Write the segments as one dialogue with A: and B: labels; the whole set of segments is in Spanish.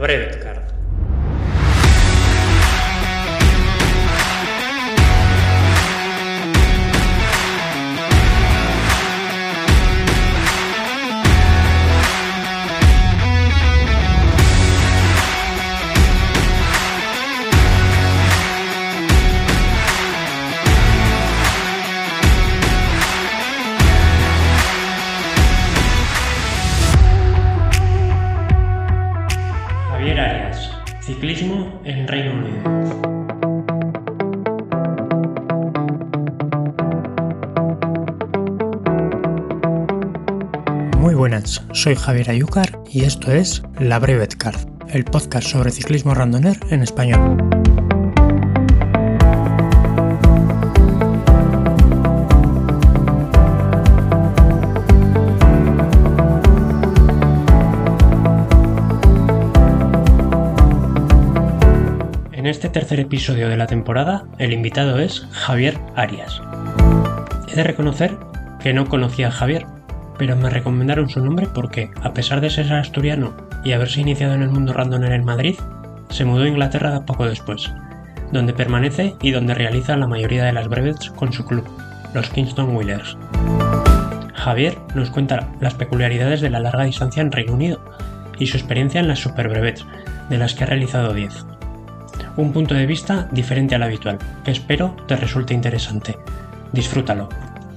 A: Brevet Card. Javier Arias, ciclismo en Reino Unido. Muy buenas, soy Javier Ayúcar y esto es La Brevet Card, el podcast sobre ciclismo randoner en español. En este tercer episodio de la temporada, el invitado es Javier Arias. He de reconocer que no conocía a Javier, pero me recomendaron su nombre porque, a pesar de ser asturiano y haberse iniciado en el mundo randoner en Madrid, se mudó a Inglaterra poco después, donde permanece y donde realiza la mayoría de las brevets con su club, los Kingston Wheelers. Javier nos cuenta las peculiaridades de la larga distancia en Reino Unido y su experiencia en las superbrevets, de las que ha realizado 10. Un punto de vista diferente al habitual, que espero te resulte interesante. Disfrútalo.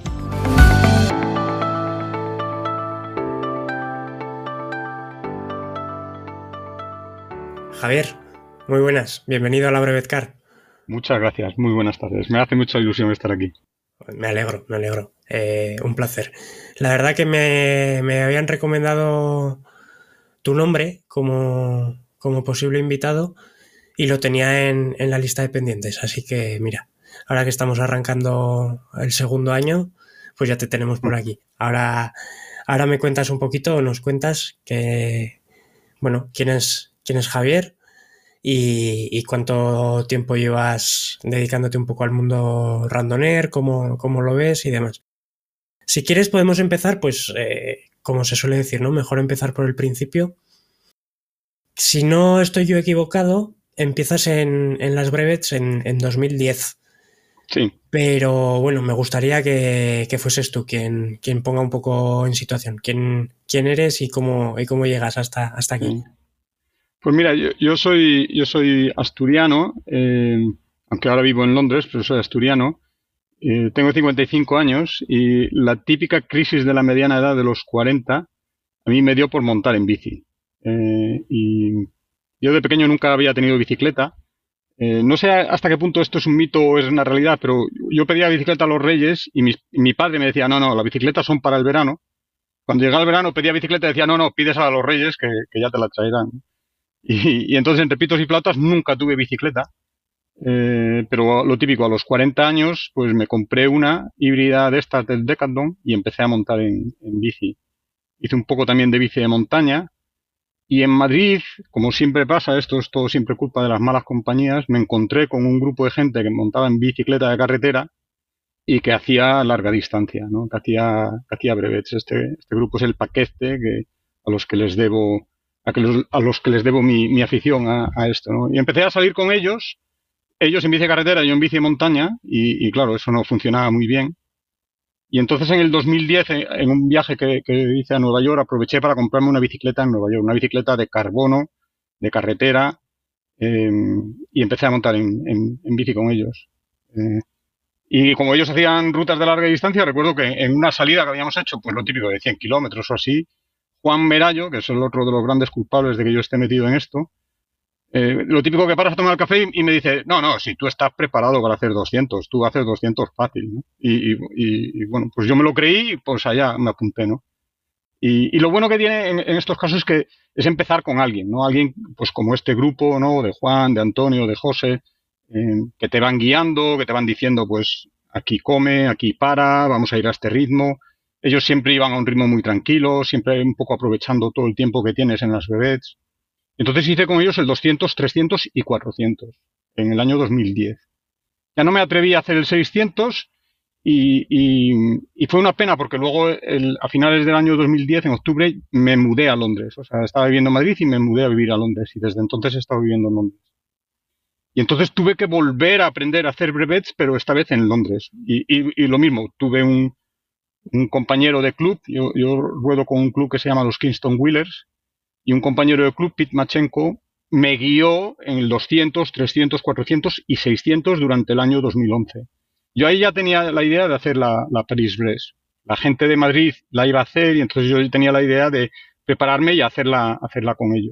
A: Javier, muy buenas, bienvenido a la Brevet Card.
B: Muchas gracias, muy buenas tardes. Me hace mucha ilusión estar aquí.
A: Me alegro. Un placer. La verdad que me habían recomendado tu nombre como posible invitado y lo tenía en la lista de pendientes, así que mira, ahora que estamos arrancando el segundo año, pues ya te tenemos por aquí. Ahora me cuentas un poquito, o nos cuentas quién es Javier y cuánto tiempo llevas dedicándote un poco al mundo randoner, cómo lo ves y demás. Si quieres podemos empezar, pues como se suele decir, ¿no? Mejor empezar por el principio. Si no estoy yo equivocado, empiezas en las brevets en 2010.
B: Sí.
A: Pero bueno, me gustaría que fueses tú quien ponga un poco en situación. ¿Quién eres y cómo llegas hasta aquí?
B: Sí. Pues mira, yo soy asturiano, aunque ahora vivo en Londres, pero soy asturiano. Tengo 55 años y la típica crisis de la mediana edad de los 40 a mí me dio por montar en bici. Y yo de pequeño nunca había tenido bicicleta. No sé hasta qué punto esto es un mito o es una realidad, pero yo pedía bicicleta a los Reyes y mi padre me decía, no, las bicicletas son para el verano. Cuando llegaba el verano pedía bicicleta y decía, no, pídesela a los Reyes que ya te la traerán. Y entonces entre pitos y flautas nunca tuve bicicleta. Pero lo típico, a los 40 años pues me compré una híbrida de estas del Decathlon y empecé a montar en bici. Hice un poco también de bici de montaña. Y en Madrid, como siempre pasa, esto es todo siempre culpa de las malas compañías, me encontré con un grupo de gente que montaba en bicicleta de carretera y que hacía larga distancia, ¿no? Que hacía brevets. Este grupo es el Paquete, a los que les debo mi afición a esto, ¿no? Y empecé a salir con ellos en bici de carretera y yo en bici de montaña, y claro, eso no funcionaba muy bien. Y entonces en el 2010, en un viaje que hice a Nueva York, aproveché para comprarme una bicicleta en Nueva York, una bicicleta de carbono, de carretera, y empecé a montar en bici con ellos. Y como ellos hacían rutas de larga distancia, recuerdo que en una salida que habíamos hecho, pues lo típico de 100 kilómetros o así, Juan Merallo, que es el otro de los grandes culpables de que yo esté metido en esto, lo típico que paras a tomar el café y me dice, no, si tú estás preparado para hacer 200, tú haces 200 fácil, ¿no? Y bueno, pues yo me lo creí y pues allá me apunté, ¿no? Y lo bueno que tiene en estos casos es empezar con alguien, ¿no? Alguien pues como este grupo, ¿no? De Juan, de Antonio, de José, que te van guiando, que te van diciendo pues aquí come, aquí para, vamos a ir a este ritmo. Ellos siempre iban a un ritmo muy tranquilo, siempre un poco aprovechando todo el tiempo que tienes en las brevets. Entonces hice con ellos el 200, 300 y 400 en el año 2010. Ya no me atreví a hacer el 600 Y fue una pena porque luego a finales del año 2010, en octubre, me mudé a Londres. O sea, estaba viviendo en Madrid y me mudé a vivir a Londres. Y desde entonces he estado viviendo en Londres. Y entonces tuve que volver a aprender a hacer brevets, pero esta vez en Londres. Y lo mismo, tuve un compañero de club. Yo ruedo con un club que se llama los Kingston Wheelers. Y un compañero de club, Pete Machenko, me guió en el 200, 300, 400 y 600 durante el año 2011. Yo ahí ya tenía la idea de hacer la Paris-Brest. La gente de Madrid la iba a hacer y entonces yo tenía la idea de prepararme y hacerla con ellos.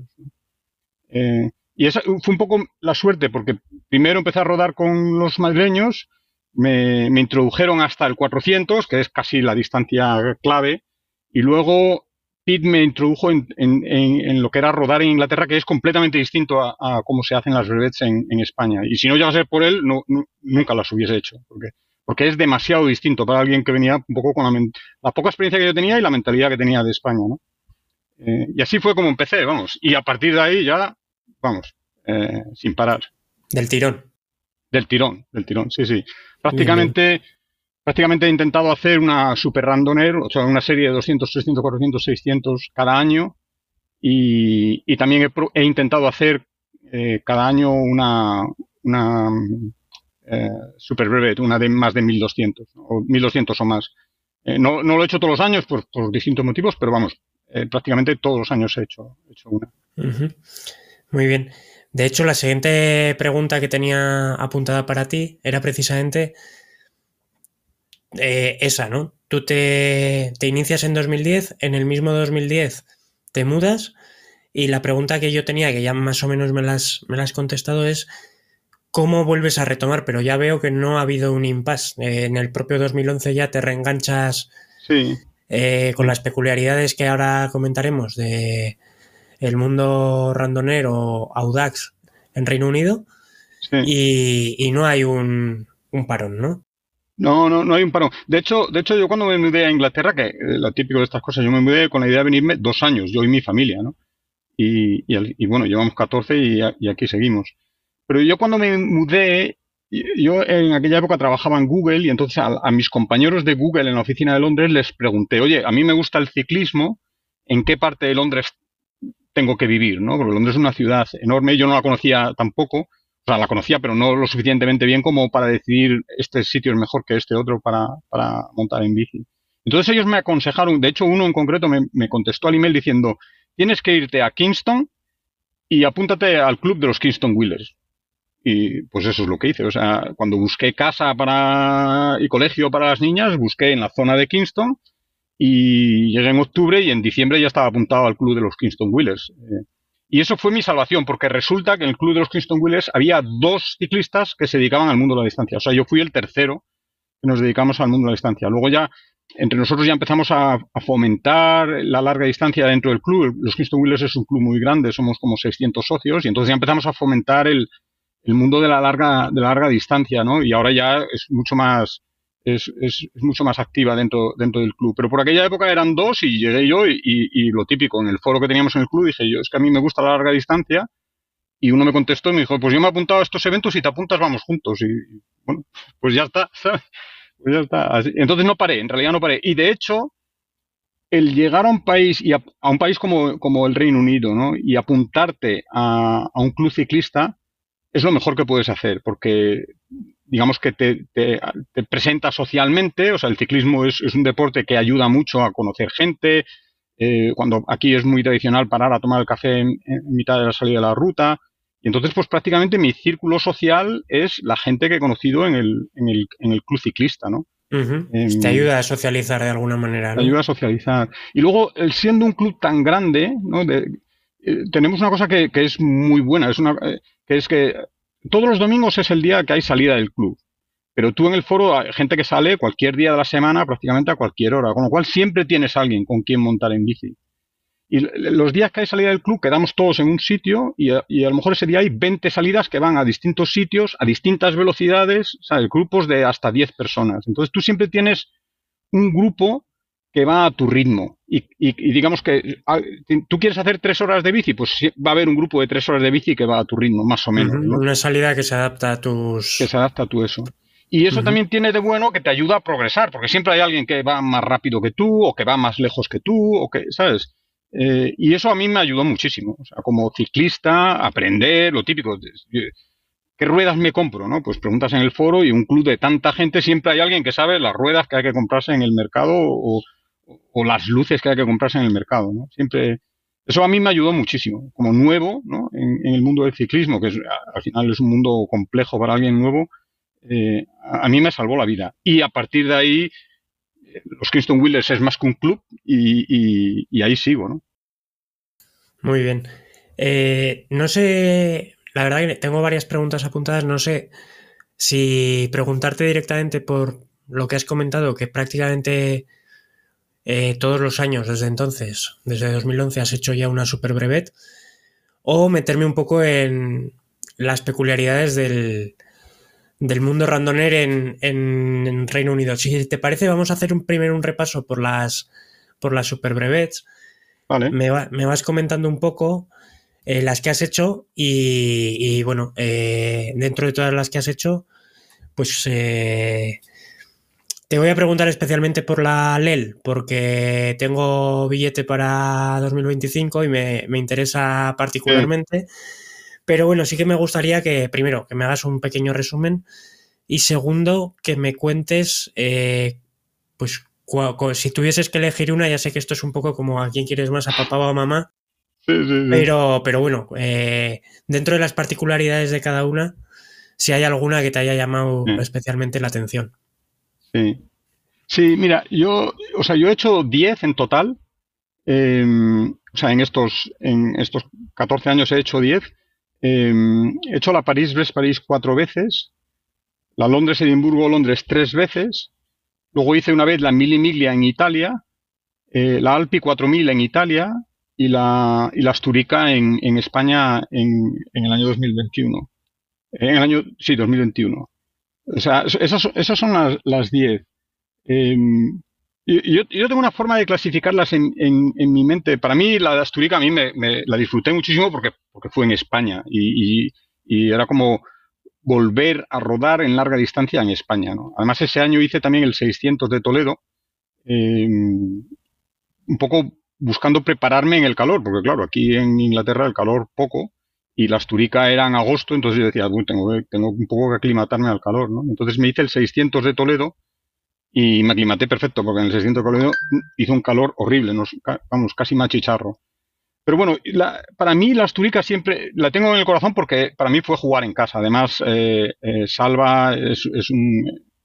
B: Y esa fue un poco la suerte, porque primero empecé a rodar con los madrileños, me introdujeron hasta el 400, que es casi la distancia clave, y luego Pete me introdujo en lo que era rodar en Inglaterra, que es completamente distinto a cómo se hacen las brevets en España. Y si no llega a ser por él, nunca las hubiese hecho, porque es demasiado distinto para alguien que venía un poco con la poca experiencia que yo tenía y la mentalidad que tenía de España, ¿no? Y así fue como empecé, vamos. Y a partir de ahí ya, vamos, sin parar.
A: Del tirón.
B: Del tirón, sí, sí. Prácticamente he intentado hacer una super randoner, o sea, una serie de 200, 300, 400, 600 cada año. Y también he intentado hacer cada año una super brevet, una de más de 1200, o 1200 o más. No lo he hecho todos los años por distintos motivos, pero vamos, prácticamente todos los años he hecho una.
A: Uh-huh. Muy bien. De hecho, la siguiente pregunta que tenía apuntada para ti era precisamente esa, ¿no? Tú te inicias en 2010, en el mismo 2010 te mudas y la pregunta que yo tenía, que ya más o menos me la has contestado, es ¿cómo vuelves a retomar? Pero ya veo que no ha habido un impasse. En el propio 2011 ya te reenganchas
B: sí.
A: Con las peculiaridades que ahora comentaremos de el mundo randonero Audax en Reino Unido, sí. y no hay un parón, ¿no?
B: No hay un parón. De hecho, yo cuando me mudé a Inglaterra, que lo típico de estas cosas, yo me mudé con la idea de venirme 2 años, yo y mi familia, ¿no? Y bueno, llevamos 14 y aquí seguimos. Pero yo cuando me mudé, yo en aquella época trabajaba en Google y entonces a mis compañeros de Google en la oficina de Londres les pregunté, oye, a mí me gusta el ciclismo, ¿en qué parte de Londres tengo que vivir, ¿no? Porque Londres es una ciudad enorme, yo no la conocía tampoco, o sea, la conocía, pero no lo suficientemente bien como para decidir este sitio es mejor que este otro para montar en bici. Entonces ellos me aconsejaron, de hecho uno en concreto me contestó al email diciendo, tienes que irte a Kingston y apúntate al club de los Kingston Wheelers. Y pues eso es lo que hice. O sea, cuando busqué casa y colegio para las niñas, busqué en la zona de Kingston y llegué en octubre y en diciembre ya estaba apuntado al club de los Kingston Wheelers. Y eso fue mi salvación, porque resulta que en el club de los Kingston Wheelers había 2 ciclistas que se dedicaban al mundo de la distancia. O sea, yo fui el tercero que nos dedicamos al mundo de la distancia. Luego ya, entre nosotros ya empezamos a fomentar la larga distancia dentro del club. Los Kingston Wheelers es un club muy grande, somos como 600 socios, y entonces ya empezamos a fomentar el mundo de la larga distancia, ¿no? Y ahora ya es mucho más activa dentro del club. Pero por aquella época eran 2 y llegué yo y lo típico, en el foro que teníamos en el club dije yo, es que a mí me gusta la larga distancia, y uno me contestó y me dijo, pues yo me he apuntado a estos eventos y te apuntas, vamos juntos. Y bueno, pues ya está, ¿sabes? Pues ya está. Así. Entonces no paré, en realidad no paré. Y de hecho, el llegar a un país, y a un país como el Reino Unido, ¿no? Y apuntarte a un club ciclista es lo mejor que puedes hacer, porque digamos que te presenta socialmente, o sea, el ciclismo es un deporte que ayuda mucho a conocer gente, cuando aquí es muy tradicional parar a tomar el café en mitad de la salida de la ruta, y entonces pues prácticamente mi círculo social es la gente que he conocido en el club ciclista, ¿no?
A: Uh-huh. Te ayuda a socializar de alguna manera, ¿no?
B: Te ayuda a socializar. Y luego, siendo un club tan grande, ¿no? Tenemos una cosa que es muy buena, que es que todos los domingos es el día que hay salida del club. Pero tú en el foro hay gente que sale cualquier día de la semana, prácticamente a cualquier hora, con lo cual siempre tienes a alguien con quien montar en bici. Y los días que hay salida del club quedamos todos en un sitio y a lo mejor ese día hay 20 salidas que van a distintos sitios, a distintas velocidades, ¿sabes? Grupos de hasta 10 personas. Entonces tú siempre tienes un grupo que va a tu ritmo. Y digamos que tú quieres hacer 3 horas de bici, pues va a haber un grupo de 3 horas de bici que va a tu ritmo, más o menos, ¿no?
A: Una salida que se adapta a tus...
B: Que se adapta a tu eso. Y eso
A: Ujú.
B: también tiene de bueno que te ayuda a progresar, porque siempre hay alguien que va más rápido que tú, o que va más lejos que tú, o que, ¿sabes? Y eso a mí me ayudó muchísimo. O sea, como ciclista, aprender lo típico. ¿Qué ruedas me compro? ¿No? Pues preguntas en el foro y un club de tanta gente, siempre hay alguien que sabe las ruedas que hay que comprarse en el mercado o las luces que hay que comprarse en el mercado, ¿no? Siempre, eso a mí me ayudó muchísimo. Como nuevo, ¿no? En el mundo del ciclismo, que al final es un mundo complejo para alguien nuevo, a mí me salvó la vida. Y a partir de ahí, los Kingston Wheelers es más que un club y ahí sigo, ¿no?
A: Muy bien. No sé, la verdad que tengo varias preguntas apuntadas, no sé si preguntarte directamente por lo que has comentado, que prácticamente todos los años desde entonces, desde 2011, has hecho ya una super brevet, o meterme un poco en las peculiaridades del mundo randoner en Reino Unido. Si te parece, vamos a hacer primero un repaso por las super brevets.
B: Vale.
A: Me vas comentando un poco las que has hecho y bueno, dentro de todas las que has hecho, pues te voy a preguntar especialmente por la LEL, porque tengo billete para 2025 y me interesa
B: Sí,
A: particularmente. Pero bueno, sí que me gustaría que, primero, que me hagas un pequeño resumen y segundo, que me cuentes, pues, si tuvieses que elegir una, ya sé que esto es un poco como a quién quieres más, a papá o a mamá,
B: sí, sí, sí.
A: pero bueno, dentro de las particularidades de cada una, si hay alguna que te haya llamado
B: Sí.
A: especialmente la atención.
B: Sí. Sí, mira, o sea, yo he hecho 10 en total. O sea, en estos 14 años he hecho 10. He hecho la París-Brest-París 4 veces, la Londres-Edimburgo-Londres 3 veces. Luego hice una vez la Mili Miglia en Italia, la Alpi 4000 en Italia y la Asturica en España en el año 2021. Sí, 2021. O sea, esas son las 10. Eh, yo tengo una forma de clasificarlas en mi mente. Para mí, la de Asturica, a mí la disfruté muchísimo porque fue en España y era como volver a rodar en larga distancia en España, ¿no? Además, ese año hice también el 600 de Toledo, un poco buscando prepararme en el calor, porque claro, aquí en Inglaterra el calor poco y la Asturica era en agosto, entonces yo decía, bueno, tengo un poco que aclimatarme al calor, ¿no? Entonces me hice el 600 de Toledo y me aclimaté perfecto, porque en el 600 de Toledo hizo un calor horrible, vamos, casi machicharro. Pero bueno, para mí la Asturica siempre la tengo en el corazón porque para mí fue jugar en casa. Además, Salva es un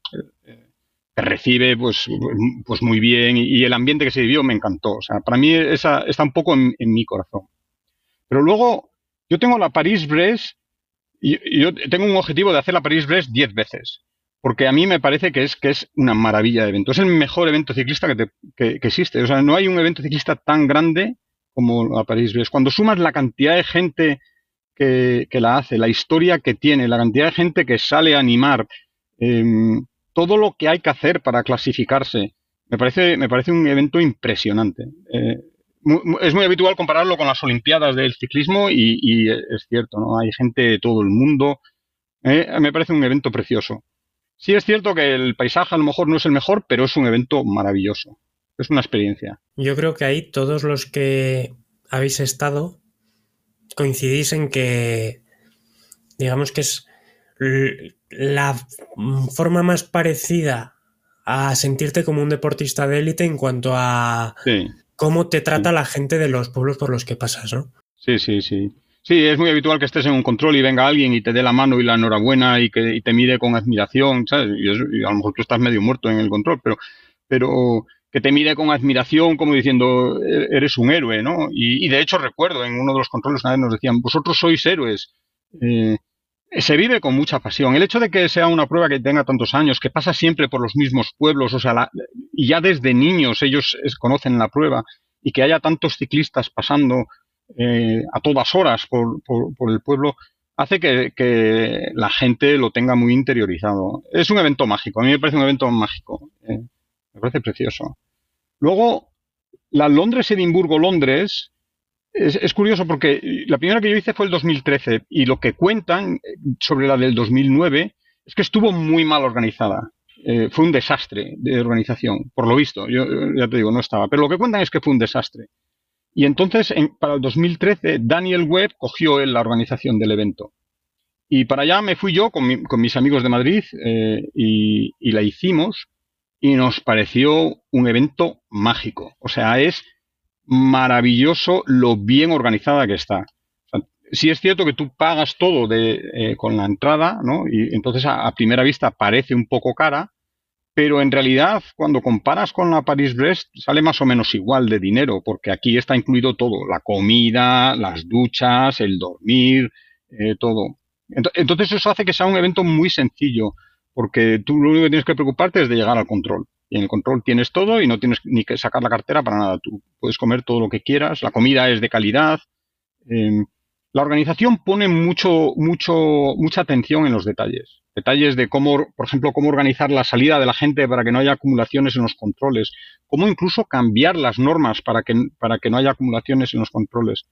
B: que recibe pues muy bien y el ambiente que se vivió me encantó. O sea, para mí esa está un poco en mi corazón. Pero luego yo tengo la París-Brest y yo tengo un objetivo de hacer la París-Brest 10 veces. Porque a mí me parece que es una maravilla de evento. Es el mejor evento ciclista que existe. O sea, no hay un evento ciclista tan grande como la París-Brest. Cuando sumas la cantidad de gente que la hace, la historia que tiene, la cantidad de gente que sale a animar, eh, todo lo que hay que hacer para clasificarse, me parece un evento impresionante. Es muy habitual compararlo con las Olimpiadas del ciclismo y es cierto, ¿no? Hay gente de todo el mundo. Me parece un evento precioso. Sí es cierto que el paisaje a lo mejor no es el mejor, pero es un evento maravilloso. Es una experiencia.
A: Yo creo que ahí todos los que habéis estado coincidís en que, digamos que es la forma más parecida a sentirte como un deportista de élite en cuanto a
B: Sí,
A: cómo te trata
B: sí,
A: la gente de los pueblos por los que pasas, ¿no?
B: sí, sí, sí. Sí, es muy habitual que estés en un control y venga alguien y te dé la mano y la enhorabuena y te mire con admiración, ¿sabes? Y a lo mejor tú estás medio muerto en el control, pero que te mire con admiración como diciendo, eres un héroe, ¿no? Y de hecho recuerdo en uno de los controles una vez nos decían, vosotros sois héroes. Eh, Se vive con mucha pasión. El hecho de que sea una prueba que tenga tantos años, que pasa siempre por los mismos pueblos, o sea, y ya desde niños ellos conocen la prueba, y que haya tantos ciclistas pasando a todas horas por el pueblo, hace que la gente lo tenga muy interiorizado. Es un evento mágico, a mí me parece un evento mágico, me parece precioso. Luego, la Londres-Edimburgo-Londres es curioso porque la primera que yo hice fue el 2013 y lo que cuentan sobre la del 2009 Es que estuvo muy mal organizada. Fue un desastre de organización, por lo visto. Yo ya te digo, no estaba. Pero lo que cuentan es que fue un desastre. Y entonces, para el 2013, Daniel Webb cogió la organización del evento. Y para allá me fui yo con mis amigos de Madrid y la hicimos y nos pareció un evento mágico. O sea, es maravilloso lo bien organizada que está. O sea, sí es cierto que tú pagas todo con la entrada, ¿no? Y entonces a primera vista parece un poco cara, pero en realidad cuando comparas con la Paris-Brest sale más o menos igual de dinero, porque aquí está incluido todo, la comida, las duchas, el dormir, todo. Entonces eso hace que sea un evento muy sencillo, porque tú lo único que tienes que preocuparte es de llegar al control. Y en el control tienes todo y no tienes ni que sacar la cartera para nada. Tú puedes comer todo lo que quieras, la comida es de calidad. eh, la organización pone mucha atención en los detalles. Detalles de cómo, por ejemplo, cómo organizar la salida de la gente para que no haya acumulaciones en los controles. Cómo incluso cambiar las normas para que no haya acumulaciones en los controles.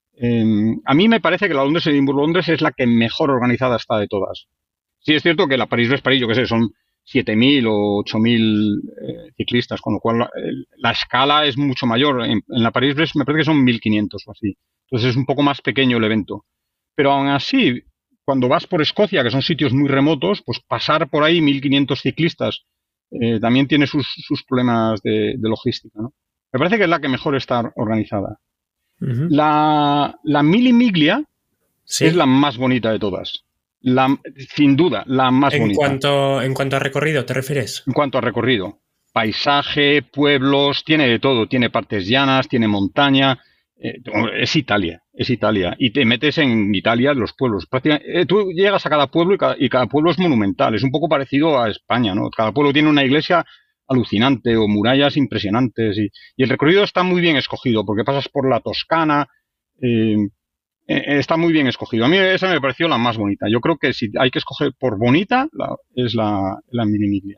B: A mí me parece que la Londres-Edimburgo-Londres es la que mejor organizada está de todas. Sí es cierto que la París-Brest-París, yo qué sé, son 7.000 o 8.000 ciclistas, con lo cual la escala es mucho mayor. En la París-Brest me parece que son 1.500 o así. Entonces es un poco más pequeño el evento. Pero aún así, cuando vas por Escocia, que son sitios muy remotos, pues pasar por ahí 1.500 ciclistas también tiene sus problemas de logística, ¿no? Me parece que es la que mejor está organizada.
A: Ujú.
B: La Mili Miglia es la
A: Sí.
B: más bonita de todas. Sin duda, la más bonita.
A: En cuanto a recorrido, ¿te refieres?
B: En cuanto a recorrido, paisaje, pueblos, tiene de todo. Tiene partes llanas, tiene montaña. Es Italia, es Italia. Y te metes en Italia, los pueblos. Tú llegas a cada pueblo y cada pueblo es monumental. Es un poco parecido a España, ¿no? Cada pueblo tiene una iglesia alucinante o murallas impresionantes. Y el recorrido está muy bien escogido porque pasas por la Toscana. eh, Está muy bien escogido. A mí esa me pareció la más bonita. Yo creo que si hay que escoger por bonita, es la Mini Miglia.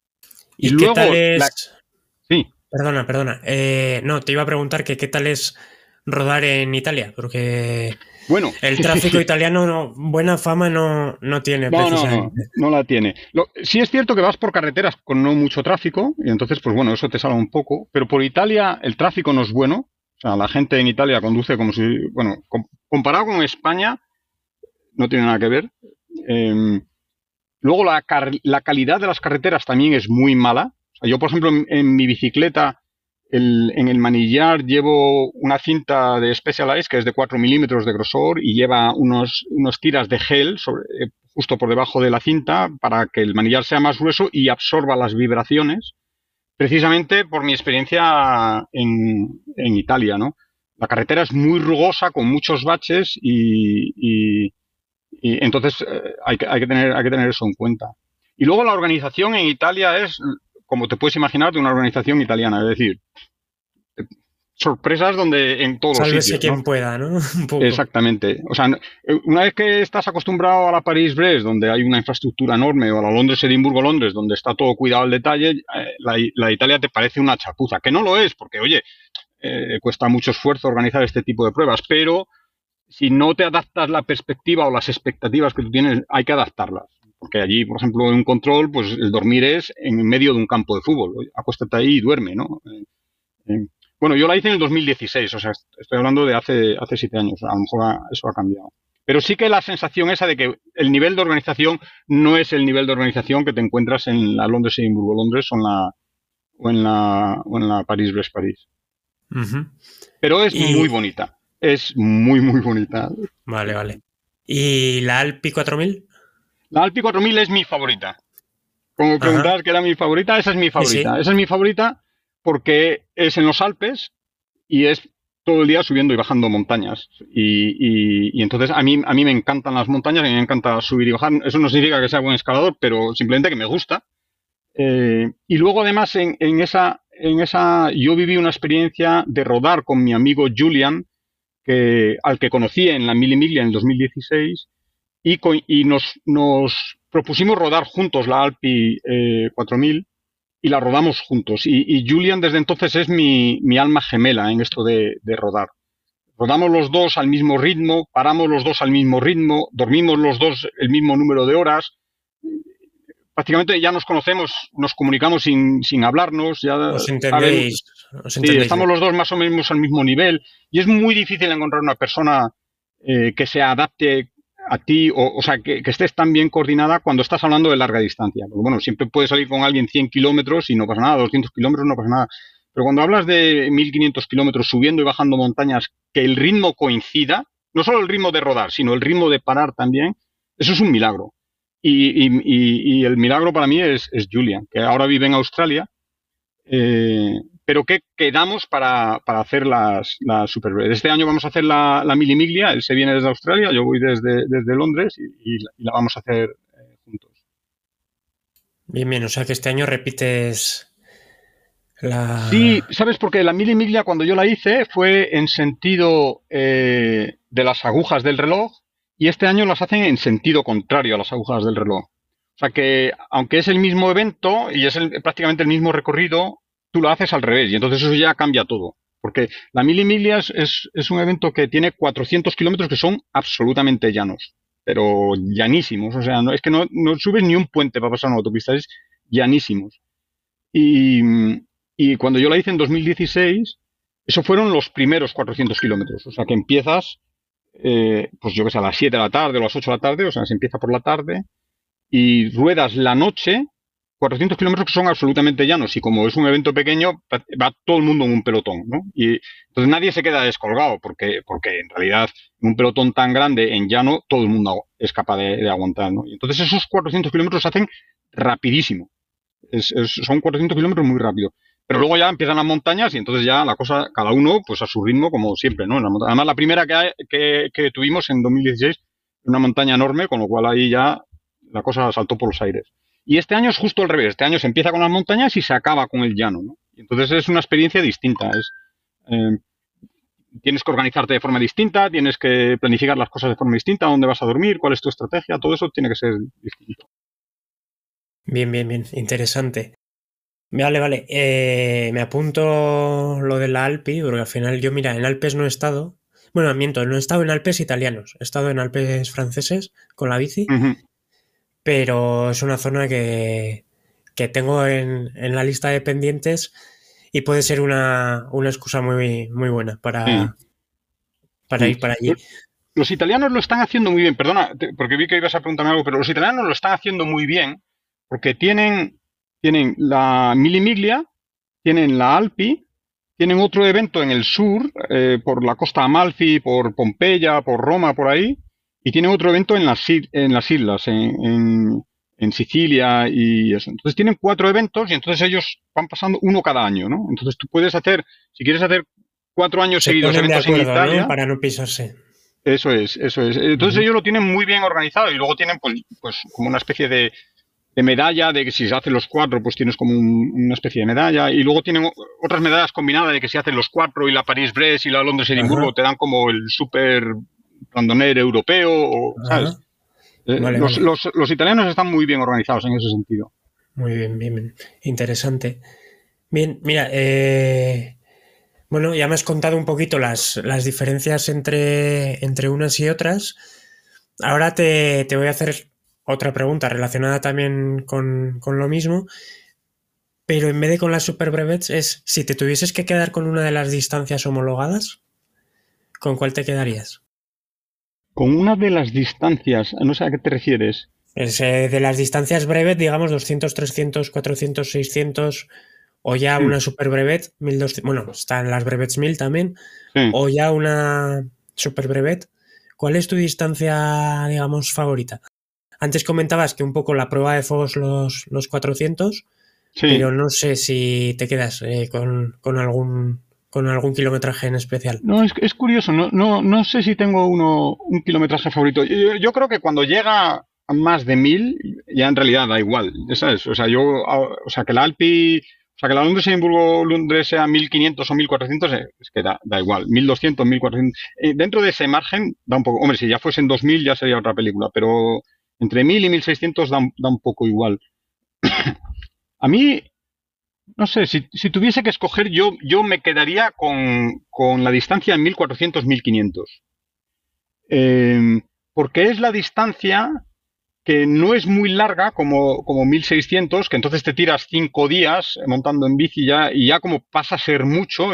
B: Y
A: ¿Y qué tal
B: luego,
A: es?
B: sí,
A: Perdona, perdona. No, te iba a preguntar que qué tal es rodar en Italia, porque
B: bueno,
A: el tráfico italiano buena fama no tiene
B: no,
A: precisamente.
B: no la tiene. Sí es cierto que vas por carreteras con no mucho tráfico, y entonces, pues bueno, eso te salva un poco, pero por Italia el tráfico no es bueno. O sea, la gente en Italia conduce como si, bueno, comparado con España, no tiene nada que ver. Eh, Luego la calidad de las carreteras también es muy mala. O sea, yo, por ejemplo, en mi bicicleta, en el manillar llevo una cinta de Specialized que es de 4 milímetros de grosor y lleva unos tiras de gel justo por debajo de la cinta para que el manillar sea más grueso y absorba las vibraciones, precisamente por mi experiencia en Italia, ¿no? La carretera es muy rugosa, con muchos baches y entonces hay que tener eso en cuenta. Y luego la organización en Italia es, como te puedes imaginar, de una organización italiana, es decir, sorpresas donde en todos los
A: Sálvese
B: sitios,
A: quien
B: ¿no?
A: pueda, ¿no? Un poco.
B: Exactamente. O sea, una vez que estás acostumbrado a la París-Brest, donde hay una infraestructura enorme, o a la Londres-Edimburgo-Londres, donde está todo cuidado al detalle, la Italia te parece una chapuza, que no lo es, porque, oye, cuesta mucho esfuerzo organizar este tipo de pruebas, pero si no te adaptas la perspectiva o las expectativas que tú tienes, hay que adaptarlas. Porque allí, por ejemplo, en un control, pues el dormir es en medio de un campo de fútbol. Acuéstate ahí y duerme, ¿no? Eh, bueno, yo la hice en el 2016, o sea, estoy hablando de hace 7 años. A lo mejor eso ha cambiado. Pero sí que la sensación esa de que el nivel de organización no es el nivel de organización que te encuentras en la Londres-Edimburgo-Londres o en la París-Brest-París.
A: Ujú.
B: Pero es muy
A: Y
B: bonita. Es muy, muy bonita.
A: vale, vale. ¿Y la Alpi 4000?
B: La Alpi 4000 es mi favorita. Como
A: Ajá.
B: preguntabas que era mi favorita, esa es mi
A: Sí, sí.
B: favorita. Esa es mi favorita porque es en los Alpes y es todo el día subiendo y bajando montañas. Y entonces a mí me encantan las montañas, a mí me encanta subir y bajar. Eso no significa que sea buen escalador, pero simplemente que me gusta. Y luego además en esa yo viví una experiencia de rodar con mi amigo Julian, al que conocí en la Mili Miglia en el 2016 y nos propusimos rodar juntos la Alpi 4000 y la rodamos juntos. Y Julian desde entonces es mi alma gemela en esto de rodar. Rodamos los dos al mismo ritmo, paramos los dos al mismo ritmo, dormimos los dos el mismo número de horas. prácticamente ya nos conocemos, nos comunicamos sin hablarnos, ya
A: Os
B: sabemos,
A: entendéis, os
B: sí,
A: entendéis
B: estamos
A: bien.
B: los dos más o menos al mismo nivel y es muy difícil encontrar una persona que se adapte a ti, o sea, que estés tan bien coordinada cuando estás hablando de larga distancia. Porque, bueno, siempre puedes salir con alguien 100 kilómetros y no pasa nada, 200 kilómetros no pasa nada. Pero cuando hablas de 1500 kilómetros subiendo y bajando montañas, que el ritmo coincida, no solo el ritmo de rodar, sino el ritmo de parar también, eso es un milagro. Y el milagro para mí es Julian, que ahora vive en Australia, pero que quedamos para hacer las Super Breves. Este año vamos a hacer la Mili Miglia, él se viene desde Australia, yo voy desde Londres y la vamos a hacer juntos.
A: Bien, bien, o sea que este año repites
B: Sí,
A: la...
B: ¿sabes? Porque la Mili Miglia cuando yo la hice fue en sentido de las agujas del reloj y este año las hacen en sentido contrario a las agujas del reloj. O sea que, aunque es el mismo evento y es prácticamente el mismo recorrido, tú lo haces al revés y entonces eso ya cambia todo. Porque la Mili Miglia es un evento que tiene 400 kilómetros que son absolutamente llanos, pero llanísimos. O sea, es que no subes ni un puente para pasar una autopista, es llanísimos. Y, y cuando yo la hice en 2016, eso fueron los primeros 400 kilómetros. O sea, que empiezas, pues yo que sé, a las 7 de la tarde o a las 8 de la tarde, o sea, se empieza por la tarde y ruedas la noche, 400 kilómetros que son absolutamente llanos. Y como es un evento pequeño, va todo el mundo en un pelotón, ¿no? Y entonces nadie se queda descolgado, porque en realidad en un pelotón tan grande en llano, todo el mundo es capaz de aguantar, ¿no? Y entonces esos 400 kilómetros se hacen rapidísimo. Son 400 kilómetros muy rápido. Pero luego ya empiezan las montañas y entonces ya la cosa, cada uno pues a su ritmo como siempre, ¿no? Además la primera que tuvimos en 2016, una montaña enorme, con lo cual ahí ya la cosa saltó por los aires. Y este año es justo al revés, este año se empieza con las montañas y se acaba con el llano, ¿no? Y entonces es una experiencia distinta, eh, tienes que organizarte de forma distinta, tienes que planificar las cosas de forma distinta, dónde vas a dormir, cuál es tu estrategia, todo eso tiene que ser distinto.
A: Bien, bien, bien, interesante. Vale, vale. Me apunto lo de la Alpi, porque al final yo, mira, en Alpes no he estado. Bueno, miento, no he estado en Alpes italianos. He estado en Alpes franceses con la bici,
B: Uh -huh.
A: pero es una zona que tengo en la lista de pendientes y puede ser una excusa muy, muy buena
B: Sí,
A: para
B: sí.
A: ir para allí.
B: Los italianos lo están haciendo muy bien, perdona, porque vi que ibas a preguntarme algo, pero los italianos lo están haciendo muy bien porque tienen la Mili Miglia, tienen la Alpi, tienen otro evento en el sur, por la costa Amalfi, por Pompeya, por Roma, por ahí, y tienen otro evento en las islas, en Sicilia y eso. Entonces tienen 4 eventos y entonces ellos van pasando uno cada año, ¿no? Entonces tú puedes hacer, si quieres hacer 4 años
A: Se
B: seguidos
A: ponen de
B: eventos en
A: acuerdo, ¿no?
B: Italia,
A: Para no pisarse.
B: eso es, eso es. Entonces
A: Ujú.
B: ellos lo tienen muy bien organizado y luego tienen pues como una especie de medalla, de que si se hacen los 4, pues tienes como una especie de medalla. Y luego tienen otras medallas combinadas de que si hacen los 4 y la París-Brest y la Londres-Edimburgo,
A: Ajá,
B: te dan como el super randoner europeo, ¿sabes?
A: ajá. Vale,
B: Los,
A: vale.
B: los, los italianos están muy bien organizados en ese sentido.
A: Muy bien, bien, bien. Interesante. Bien, mira, bueno, ya me has contado un poquito las diferencias entre unas y otras. Ahora te voy a hacer otra pregunta relacionada también con lo mismo, pero en vez de con las super brevets es si te tuvieses que quedar con una de las distancias homologadas, ¿con cuál te quedarías?
B: Con una de las distancias, no sé a qué te refieres.
A: Es, de las distancias brevet, digamos 200, 300, 400, 600, o ya
B: Hmm,
A: una super brevet, 1200, bueno, están las brevets 1000 también,
B: sí.
A: o ya una super brevet. ¿Cuál es tu distancia, digamos, favorita? Antes comentabas que un poco la prueba de fuegos los 400, pero
B: Sí.
A: no sé si te quedas con algún kilometraje en especial.
B: No, es curioso, no sé si tengo un kilometraje favorito. Yo creo que cuando llega a más de 1000, ya en realidad da igual, ¿sabes? O sea, o sea, que la Alpi, o sea, que la Londres sea 1500 o 1400, es que da igual, 1200, 1400. Dentro de ese margen da un poco, hombre, si ya fuesen 2000 ya sería otra película, pero entre 1000 y 1600 da un poco igual. A mí, no sé, si tuviese que escoger, yo me quedaría con la distancia en 1400-1500. Porque es la distancia que no es muy larga como 1600, que entonces te tiras 5 días montando en bici ya, y ya como pasa a ser mucho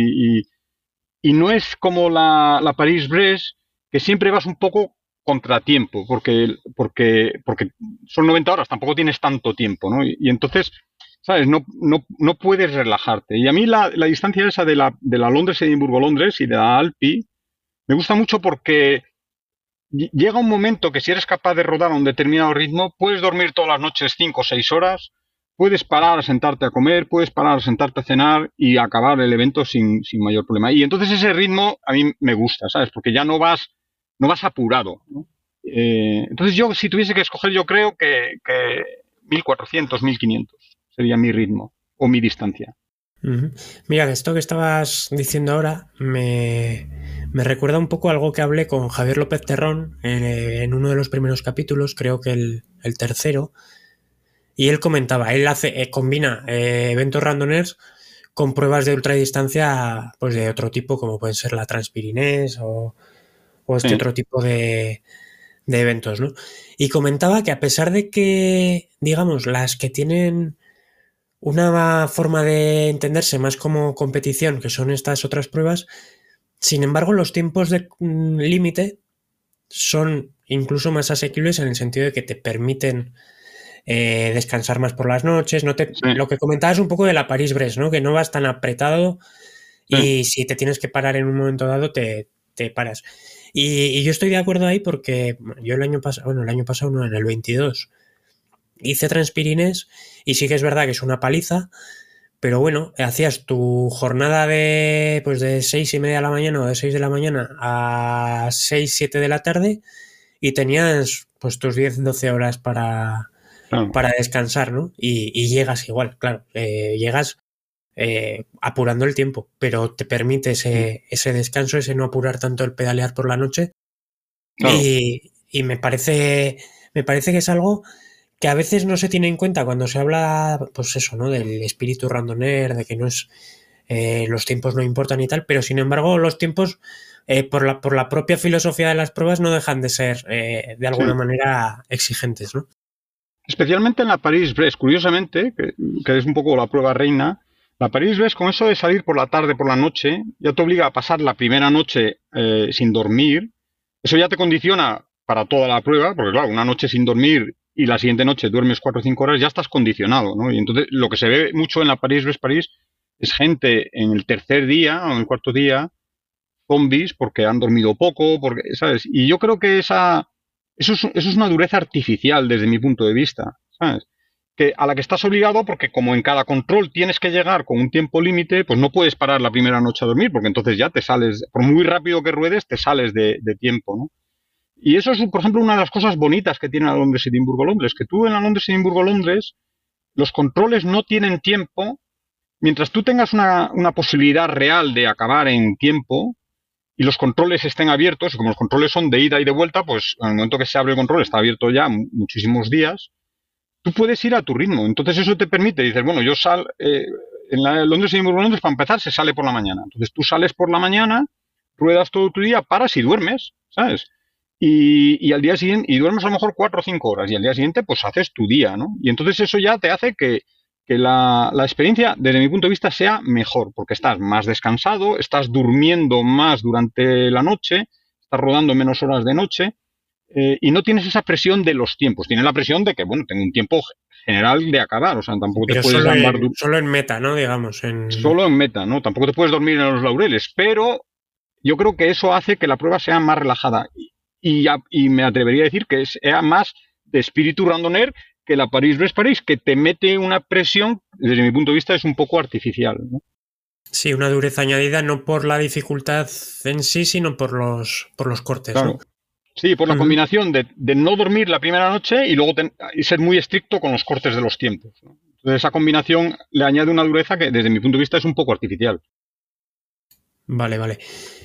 B: y no es como la París-Brest, que siempre vas un poco contratiempo, porque son 90 horas, tampoco tienes tanto tiempo, ¿no? Y entonces, ¿sabes? No puedes relajarte. Y a mí la distancia esa de la Londres-Edimburgo-Londres y de la Alpi me gusta mucho porque llega un momento que si eres capaz de rodar a un determinado ritmo, puedes dormir todas las noches 5 o 6 horas, puedes parar a sentarte a comer, puedes parar a sentarte a cenar y acabar el evento sin mayor problema. Y entonces ese ritmo a mí me gusta, ¿sabes? Porque ya no vas apurado, ¿no? Entonces yo, si tuviese que escoger, yo creo que 1400, 1500 sería mi ritmo o mi distancia.
A: Ujú. Mira, de esto que estabas diciendo ahora me recuerda un poco a algo que hablé con Javier López Terrón en uno de los primeros capítulos, creo que el tercero, y él comentaba, él combina eventos randoneers con pruebas de ultradistancia pues de otro tipo, como pueden ser la Transpirinés o este
B: Sí,
A: otro tipo de eventos, ¿no? Y comentaba que a pesar de que, digamos, las que tienen una forma de entenderse más como competición, que son estas otras pruebas, sin embargo, los tiempos de límite son incluso más asequibles en el sentido de que te permiten descansar más por las noches.
B: sí,
A: Lo que comentabas un poco de la París-Brest, ¿no? Que no vas tan apretado
B: sí.
A: y si te tienes que parar en un momento dado, te paras. Y yo estoy de acuerdo ahí porque yo el año pasado no, en el 22, hice Transpirines y sí que es verdad que es una paliza, pero bueno, hacías tu jornada de 6:30 de la mañana o de 6 de la mañana a 6 7 de la tarde y tenías pues tus 10 12 horas
B: Claro.
A: para descansar, ¿no? Y llegas igual, claro, llegas apurando el tiempo, pero te permite ese descanso, ese no apurar tanto el pedalear por la noche
B: Claro.
A: y me parece que es algo que a veces no se tiene en cuenta cuando se habla, pues eso, ¿no? Del espíritu randoner, de que no es los tiempos no importan y tal, pero sin embargo los tiempos por la propia filosofía de las pruebas no dejan de ser de
B: Sí.
A: alguna manera exigentes, ¿no?
B: Especialmente en la París-Brest, curiosamente, que es un poco la prueba reina, la París-Brest con eso de salir por la tarde, por la noche, ya te obliga a pasar la primera noche sin dormir. Eso ya te condiciona para toda la prueba, porque claro, una noche sin dormir y la siguiente noche duermes 4 o 5 horas, ya estás condicionado, ¿no? Y entonces lo que se ve mucho en la París-Brest París es gente en el tercer día o en el cuarto día, zombies, porque han dormido poco, porque, ¿sabes? Y yo creo que eso es una dureza artificial desde mi punto de vista, ¿sabes? Que a la que estás obligado porque como en cada control tienes que llegar con un tiempo límite, pues no puedes parar la primera noche a dormir porque entonces ya te sales, por muy rápido que ruedes, te sales de tiempo, ¿no? Y eso es, por ejemplo, una de las cosas bonitas que tiene la Londres-Edimburgo-Londres, que tú en la Londres-Edimburgo-Londres los controles no tienen tiempo, mientras tú tengas una posibilidad real de acabar en tiempo, y los controles estén abiertos, y como los controles son de ida y de vuelta, pues en el momento que se abre el control está abierto ya muchísimos días, tú puedes ir a tu ritmo. Entonces eso te permite, dices, bueno, en la Londres y Londres para empezar se sale por la mañana. Entonces tú sales por la mañana, ruedas todo tu día, paras y duermes, ¿sabes? Y al día siguiente, y duermes a lo mejor 4 o 5 horas, y al día siguiente pues haces tu día, ¿no? Y entonces eso ya te hace que la experiencia, desde mi punto de vista, sea mejor, porque estás más descansado, estás durmiendo más durante la noche, estás rodando menos horas de noche, y no tienes esa presión de los tiempos. Tienes la presión de que, bueno, tengo un tiempo general de acabar, o sea, tampoco te
A: Pero
B: puedes gambar
A: solo en meta, ¿no? Digamos,
B: solo en meta, ¿no? Tampoco te puedes dormir en los laureles, pero yo creo que eso hace que la prueba sea más relajada. Y me atrevería a decir que sea más de espíritu randoner que la París-Brest-París, que te mete una presión, desde mi punto de vista, es un poco artificial, ¿no?
A: sí, una dureza añadida no por la dificultad en sí, sino por los cortes, ¿no?
B: Claro. Sí, por la
A: Ujú.
B: combinación de no dormir la primera noche y luego y ser muy estricto con los cortes de los tiempos, ¿no? Entonces esa combinación le añade una dureza que desde mi punto de vista es un poco artificial.
A: Vale, vale.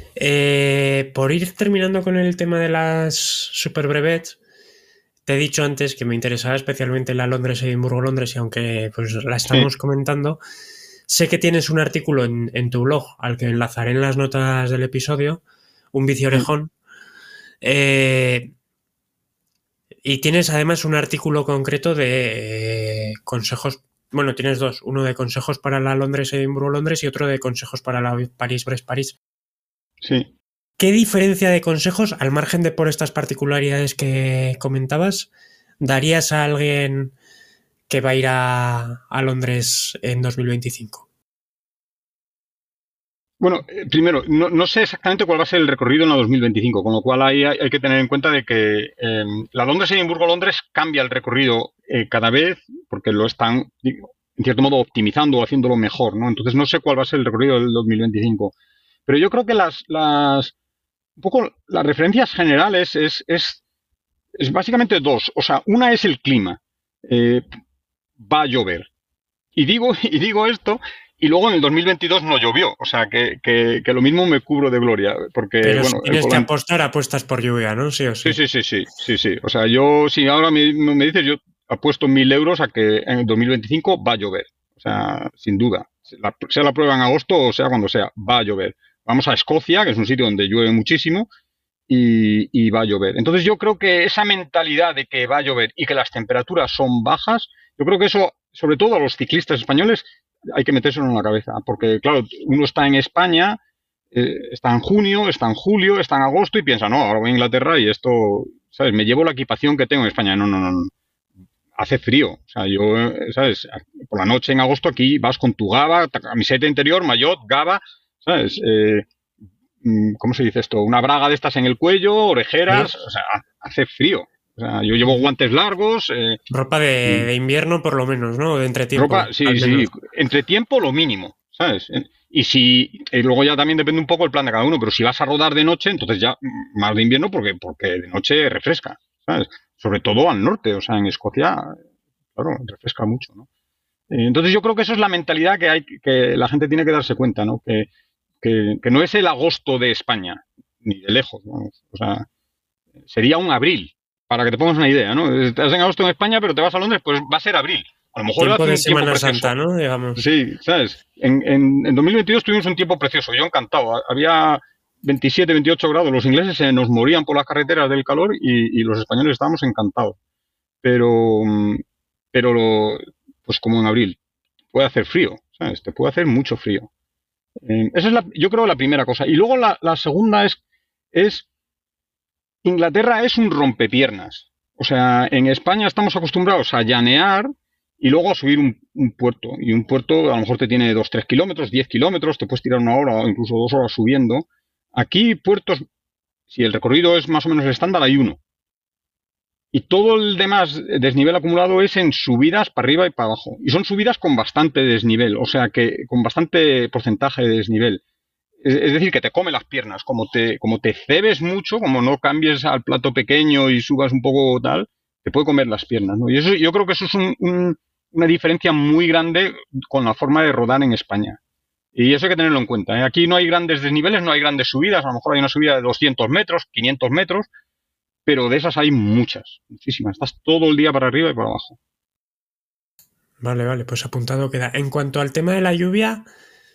A: Por ir terminando con el tema de las super brevets, te he dicho antes que me interesaba especialmente la Londres-Edimburgo-Londres y aunque pues la
B: Sí,
A: estamos comentando, sé que tienes un artículo en tu blog al que enlazaré en las notas del episodio, un vicio
B: sí,
A: orejón, eh, Y tienes además un artículo concreto de consejos. Bueno, tienes dos. Uno de consejos para la Londres-Edimburgo-Londres y otro de consejos para la París-Brest-París.
B: Sí.
A: ¿Qué diferencia de consejos, al margen de por estas particularidades que comentabas, darías a alguien que va a ir a Londres en 2025?
B: Bueno, primero, no sé exactamente cuál va a ser el recorrido en la 2025, con lo cual ahí hay que tener en cuenta de que la Londres-Edimburgo-Londres cambia el recorrido cada vez, porque lo están, en cierto modo, optimizando o haciéndolo mejor, ¿no? Entonces no sé cuál va a ser el recorrido del 2025. Pero yo creo que un poco las referencias generales es básicamente dos. O sea, una es el clima. Eh, Va a llover. Y digo esto, y luego en el 2022 no llovió. O sea, que lo mismo me cubro de gloria. Porque,
A: Pero si
B: bueno,
A: tienes que apostar, apuestas por lluvia, ¿no? Sí o
B: sí,
A: sí.
B: sí, sí, sí, sí, sí. O sea, yo, si ahora me dices, yo apuesto 1.000 euros a que en el 2025 va a llover. O sea, sin duda. Sea la prueba en agosto o sea cuando sea, va a llover. Vamos a Escocia, que es un sitio donde llueve muchísimo, y va a llover. Entonces yo creo que esa mentalidad de que va a llover y que las temperaturas son bajas, yo creo que eso, sobre todo a los ciclistas españoles, hay que metérselo en la cabeza. Porque, claro, uno está en España, está en junio, está en julio, está en agosto y piensa, no, ahora voy a Inglaterra y esto, ¿sabes? Me llevo la equipación que tengo en España. No, no, no, no. Hace frío. O sea, yo, ¿sabes? Por la noche en agosto aquí vas con tu gaba, camiseta interior, maillot, gaba, ¿sabes? ¿Cómo se dice esto? Una braga de estas en el cuello, orejeras, o sea, hace frío. O sea, yo llevo guantes largos.
A: Ropa de invierno por lo menos, ¿no? De
B: Ropa,
A: entretiempo, al
B: sí, sí,
A: menos.
B: entre tiempo lo mínimo, ¿sabes? Y si, luego ya también depende un poco el plan de cada uno, pero si vas a rodar de noche, entonces ya más de invierno porque de noche refresca, ¿sabes? Sobre todo al norte, o sea, en Escocia, claro, refresca mucho, ¿no? Entonces yo creo que eso es la mentalidad que la gente tiene que darse cuenta, ¿no? Que no es el agosto de España, ni de lejos, vamos. O sea, sería un abril, para que te pongas una idea, ¿no? Estás en agosto en España, pero te vas a Londres, pues va a ser abril. A lo mejor
A: Tiempo
B: hace
A: de
B: un tiempo
A: Semana
B: precioso.
A: Santa, ¿no? Digamos.
B: Sí, ¿sabes? En 2022 tuvimos un tiempo precioso, yo encantado. Había 27, 28 grados, los ingleses se nos morían por las carreteras del calor y los españoles estábamos encantados. Pero, pues como en abril, puede hacer frío, ¿sabes? Te puede hacer mucho frío. Esa es yo creo la primera cosa. Y luego la segunda es Inglaterra es un rompepiernas. O sea, en España estamos acostumbrados a llanear y luego a subir un puerto. Y un puerto a lo mejor te tiene 2, 3 kilómetros, 10 kilómetros, te puedes tirar 1 hora o incluso 2 horas subiendo. Aquí puertos, si el recorrido es más o menos el estándar, hay uno. Y todo el demás desnivel acumulado es en subidas para arriba y para abajo. Y son subidas con bastante desnivel, o sea que con bastante porcentaje de desnivel. Es decir, que te come las piernas. Como te cebes mucho, como no cambies al plato pequeño y subas un poco tal, te puede comer las piernas, ¿no? Y eso, yo creo que eso es una diferencia muy grande con la forma de rodar en España. Y eso hay que tenerlo en cuenta, ¿eh? Aquí no hay grandes desniveles, no hay grandes subidas. A lo mejor hay una subida de 200 metros, 500 metros, pero de esas hay muchas, muchísimas. Estás todo el día para arriba y para abajo.
A: Vale, vale, pues apuntado queda. En cuanto al tema de la lluvia,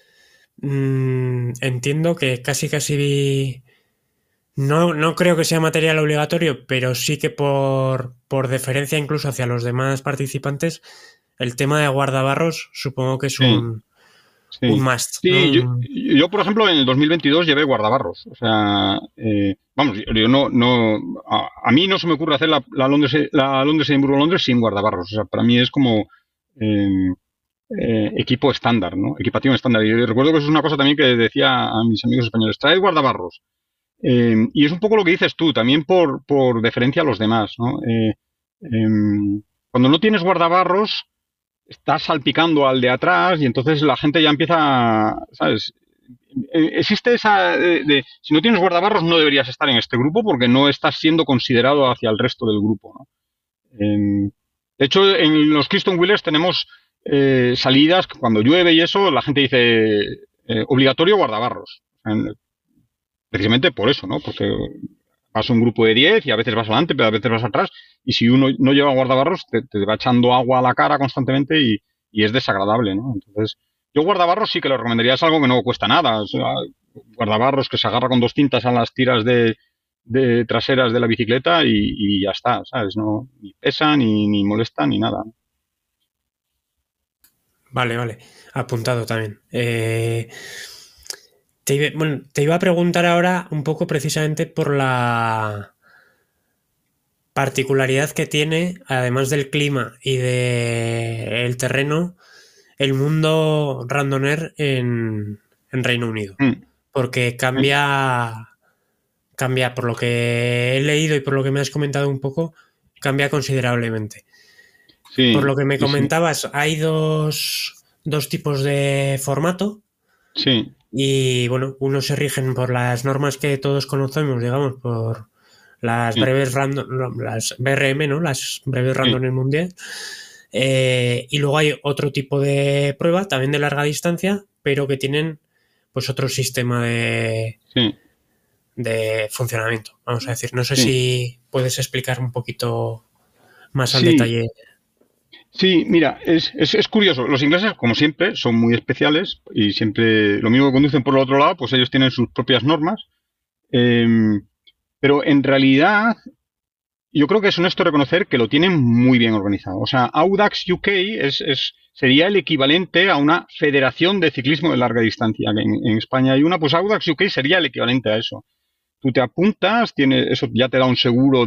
A: entiendo que casi no creo que sea material obligatorio, pero sí que por deferencia incluso hacia los demás participantes, el tema de guardabarros supongo que es
B: Sí,
A: un
B: sí.
A: must, ¿no?
B: Sí, yo, por ejemplo, en el 2022 llevé guardabarros. O sea, vamos, yo a mí no se me ocurre hacer la Londres-Edimburgo-Londres sin guardabarros. O sea, para mí es como eh, equipo estándar, ¿no? Equipación estándar. Y recuerdo que eso es una cosa también que decía a mis amigos españoles, traed guardabarros. Y es un poco lo que dices tú, también por deferencia a los demás, ¿no? Cuando no tienes guardabarros, estás salpicando al de atrás y entonces la gente ya empieza, ¿sabes? Existe esa si no tienes guardabarros no deberías estar en este grupo porque no estás siendo considerado hacia el resto del grupo, ¿no? De hecho, en los Keystone Wheelers tenemos salidas que cuando llueve y eso, la gente dice obligatorio guardabarros. Precisamente por eso, ¿no? Porque vas a un grupo de 10 y a veces vas adelante, pero a veces vas atrás. Y si uno no lleva guardabarros, te va echando agua a la cara constantemente y es desagradable, ¿no? Entonces, yo guardabarros sí que lo recomendaría, es algo que no cuesta nada. O sea, guardabarros que se agarra con dos cintas a las tiras de traseras de la bicicleta y ya está, ¿sabes? No ni pesa, ni molesta, ni nada.
A: Vale, vale. Apuntado también. Te iba a preguntar ahora un poco precisamente por la particularidad que tiene, además del clima y del terreno, el mundo randoner en Reino Unido.
B: Mm,
A: Porque
B: sí,
A: cambia, por lo que he leído y por lo que me has comentado un poco, cambia considerablemente. Por
B: sí,
A: lo que me
B: sí, sí,
A: comentabas, hay dos tipos de formato.
B: sí,
A: Y bueno, unos se rigen por las normas que todos conocemos, digamos, por las
B: sí,
A: breves random, las BRM, ¿no? Las breves
B: sí,
A: random mundial. Y luego hay otro tipo de prueba, también de larga distancia, pero que tienen pues otro sistema
B: sí,
A: de funcionamiento, vamos a decir. No sé
B: sí.
A: si puedes explicar un poquito más al
B: Sí,
A: detalle.
B: sí, mira, es curioso. Los ingleses, como siempre, son muy especiales y siempre lo mismo que conducen por el otro lado, pues ellos tienen sus propias normas. Em, pero en realidad, yo creo que es honesto reconocer que lo tienen muy bien organizado. O sea, Audax UK sería el equivalente a una federación de ciclismo de larga distancia. Que en España hay una, pues Audax UK sería el equivalente a eso. Tú te apuntas, eso ya te da un seguro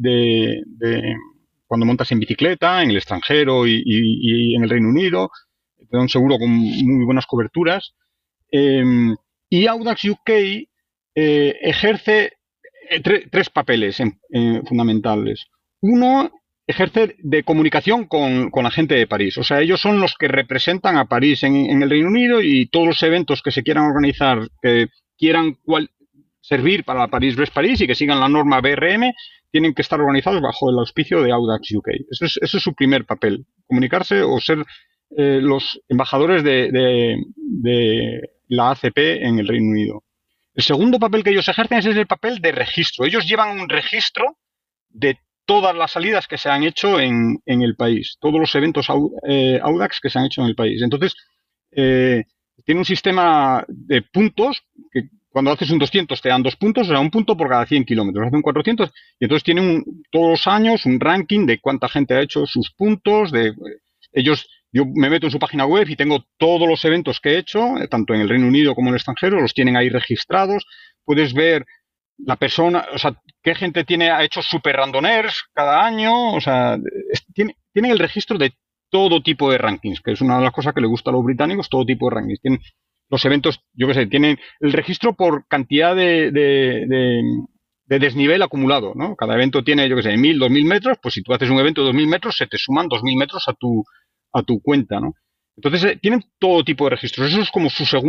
B: de cuando montas en bicicleta, en el extranjero y en el Reino Unido, te da un seguro con muy buenas coberturas. Eh, y Audax UK ejerce tres papeles fundamentales. Uno, ejerce de comunicación con la gente de París. O sea, ellos son los que representan a París en el Reino Unido y todos los eventos que se quieran organizar, que quieran servir para la París-Brest-París y que sigan la norma BRM, tienen que estar organizados bajo el auspicio de Audax UK. Ese es su primer papel, comunicarse o ser los embajadores de la ACP en el Reino Unido. El segundo papel que ellos ejercen es el papel de registro. Ellos llevan un registro de todas las salidas que se han hecho en el país, todos los eventos Audax que se han hecho en el país. Entonces, eh, tiene un sistema de puntos que cuando haces un 200 te dan 2 puntos, o sea, un punto por cada 100 kilómetros. Hacen 400 y entonces tienen todos los años un ranking de cuánta gente ha hecho sus puntos, ellos. Yo me meto en su página web y tengo todos los eventos que he hecho, tanto en el Reino Unido como en el extranjero, los tienen ahí registrados. Puedes ver la persona, o sea, qué gente ha hecho super randonaires cada año, o sea, tienen el registro de todo tipo de rankings, que es una de las cosas que le gusta a los británicos, todo tipo de rankings. Tienen los eventos, yo qué sé, tienen el registro por cantidad de desnivel acumulado, ¿no? Cada evento tiene, yo qué sé, 1000, 2000 metros, pues si tú haces un evento de 2000 metros, se te suman 2000 metros a tu cuenta, ¿no? Entonces, tienen todo tipo de registros. Eso es como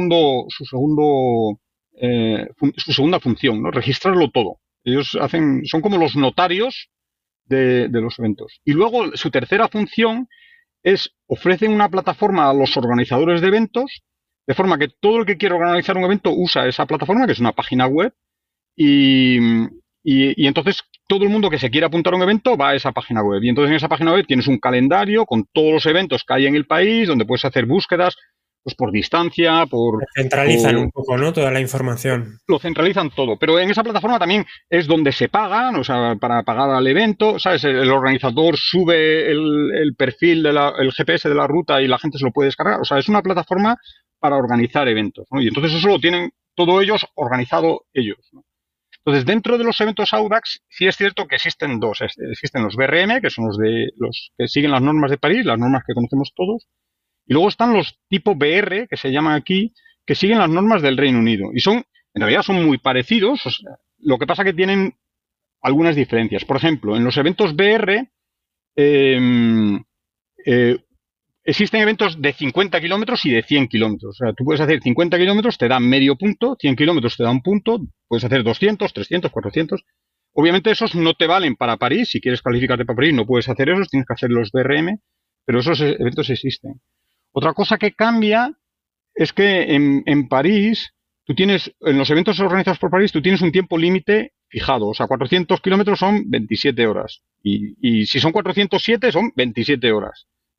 B: su segunda función, ¿no? Registrarlo todo. Ellos son como los notarios de los eventos. Y luego su tercera función ofrecen una plataforma a los organizadores de eventos, de forma que todo el que quiere organizar un evento usa esa plataforma, que es una página web, y, y entonces todo el mundo que se quiera apuntar a un evento va a esa página web. Y entonces en esa página web tienes un calendario con todos los eventos que hay en el país, donde puedes hacer búsquedas pues por distancia,
A: Centralizan un poco, ¿no? Toda la información.
B: lo centralizan todo. Pero en esa plataforma también es donde se pagan, o sea, para pagar al evento, ¿sabes? El organizador sube el perfil, el GPS de la ruta y la gente se lo puede descargar. O sea, es una plataforma para organizar eventos, ¿no? Y entonces eso lo tienen todos ellos organizado ellos, ¿no? Entonces, dentro de los eventos Audax, sí es cierto que existen dos. Existen los BRM, que son los que siguen las normas de París, las normas que conocemos todos, y luego están los tipo BR, que se llaman aquí, que siguen las normas del Reino Unido. Y en realidad son muy parecidos, o sea, lo que pasa que tienen algunas diferencias. Por ejemplo, en los eventos BR eh, eh, existen eventos de 50 kilómetros y de 100 kilómetros. O sea, tú puedes hacer 50 kilómetros, te dan medio punto, 100 kilómetros te dan un punto, puedes hacer 200, 300, 400. Obviamente esos no te valen para París. Si quieres calificarte para París no puedes hacer esos, tienes que hacer los BRM, pero esos eventos existen. Otra cosa que cambia es que en París, en los eventos organizados por París, tú tienes un tiempo límite fijado. O sea, 400 kilómetros son 27 horas. Y si son 407, son 27 horas.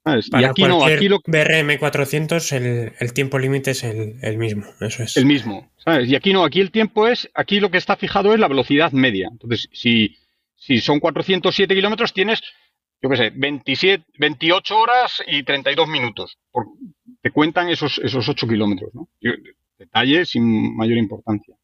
B: ¿sabes? Y
A: Para
B: aquí no,
A: cualquier
B: aquí
A: BRM 400 el tiempo límite es el mismo, eso
B: el
A: es.
B: mismo, ¿sabes? Y aquí no, aquí el tiempo es, aquí lo que está fijado es la velocidad media. Entonces, si son 407 kilómetros, tienes, yo qué sé, 27, 28 horas y 32 minutos. Te cuentan esos 8 kilómetros, ¿no? Detalle sin mayor importancia.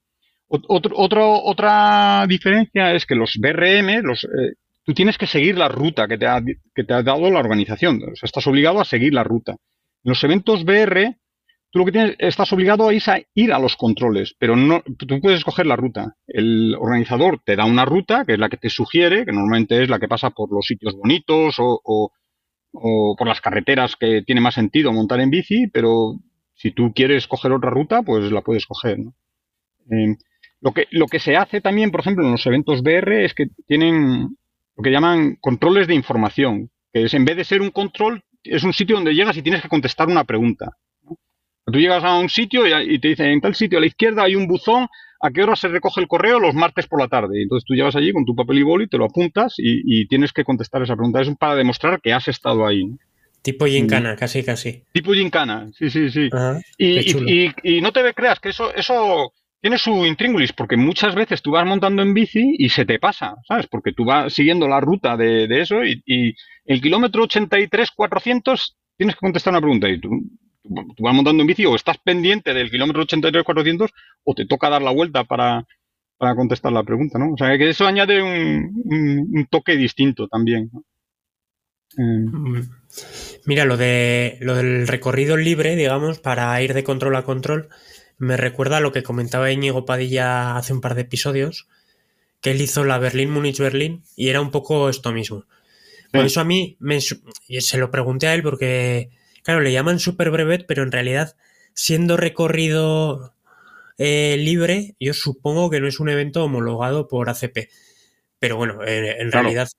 B: Otra diferencia es que los BRM, tú tienes que seguir la ruta que te ha dado la organización. O sea, estás obligado a seguir la ruta. En los eventos BR, tú lo que tienes, estás obligado a ir a los controles, pero no, tú puedes escoger la ruta. El organizador te da una ruta, que es la que te sugiere, que normalmente es la que pasa por los sitios bonitos o por las carreteras que tiene más sentido montar en bici, pero si tú quieres coger otra ruta, pues la puedes coger, ¿no? Eh, lo que se hace también, por ejemplo, en los eventos VR es que tienen lo que llaman controles de información, que es en vez de ser un control, es un sitio donde llegas y tienes que contestar una pregunta, ¿no? Tú llegas a un sitio y te dicen, en tal sitio a la izquierda hay un buzón, ¿a qué hora se recoge el correo? Los martes por la tarde. Y entonces tú llegas allí con tu papel y boli, te lo apuntas y tienes que contestar esa pregunta. Es para demostrar que has estado ahí, ¿no?
A: Tipo
B: Y,
A: gincana, casi, casi.
B: Tipo gincana, sí, sí, sí.
A: Ajá, qué chulo.
B: Y no te creas que eso tiene su intríngulis, porque muchas veces tú vas montando en bici y se te pasa, ¿sabes? Porque tú vas siguiendo la ruta de eso y el kilómetro 83.400 tienes que contestar una pregunta y tú vas montando en bici o estás pendiente del kilómetro 83.400 o te toca dar la vuelta para contestar la pregunta, ¿no? O sea, que eso añade un toque distinto también, ¿no?
A: Mm. Mira, lo del recorrido libre, digamos, para ir de control a control, me recuerda a lo que comentaba Íñigo Padilla hace un par de episodios, que él hizo la Berlín-Múnich-Berlín y era un poco esto mismo. Por
B: Sí,
A: eso a mí se lo pregunté a él porque, claro, le llaman super brevet, pero en realidad, siendo recorrido libre, yo supongo que no es un evento homologado por ACP. Pero bueno, en
B: claro.
A: realidad,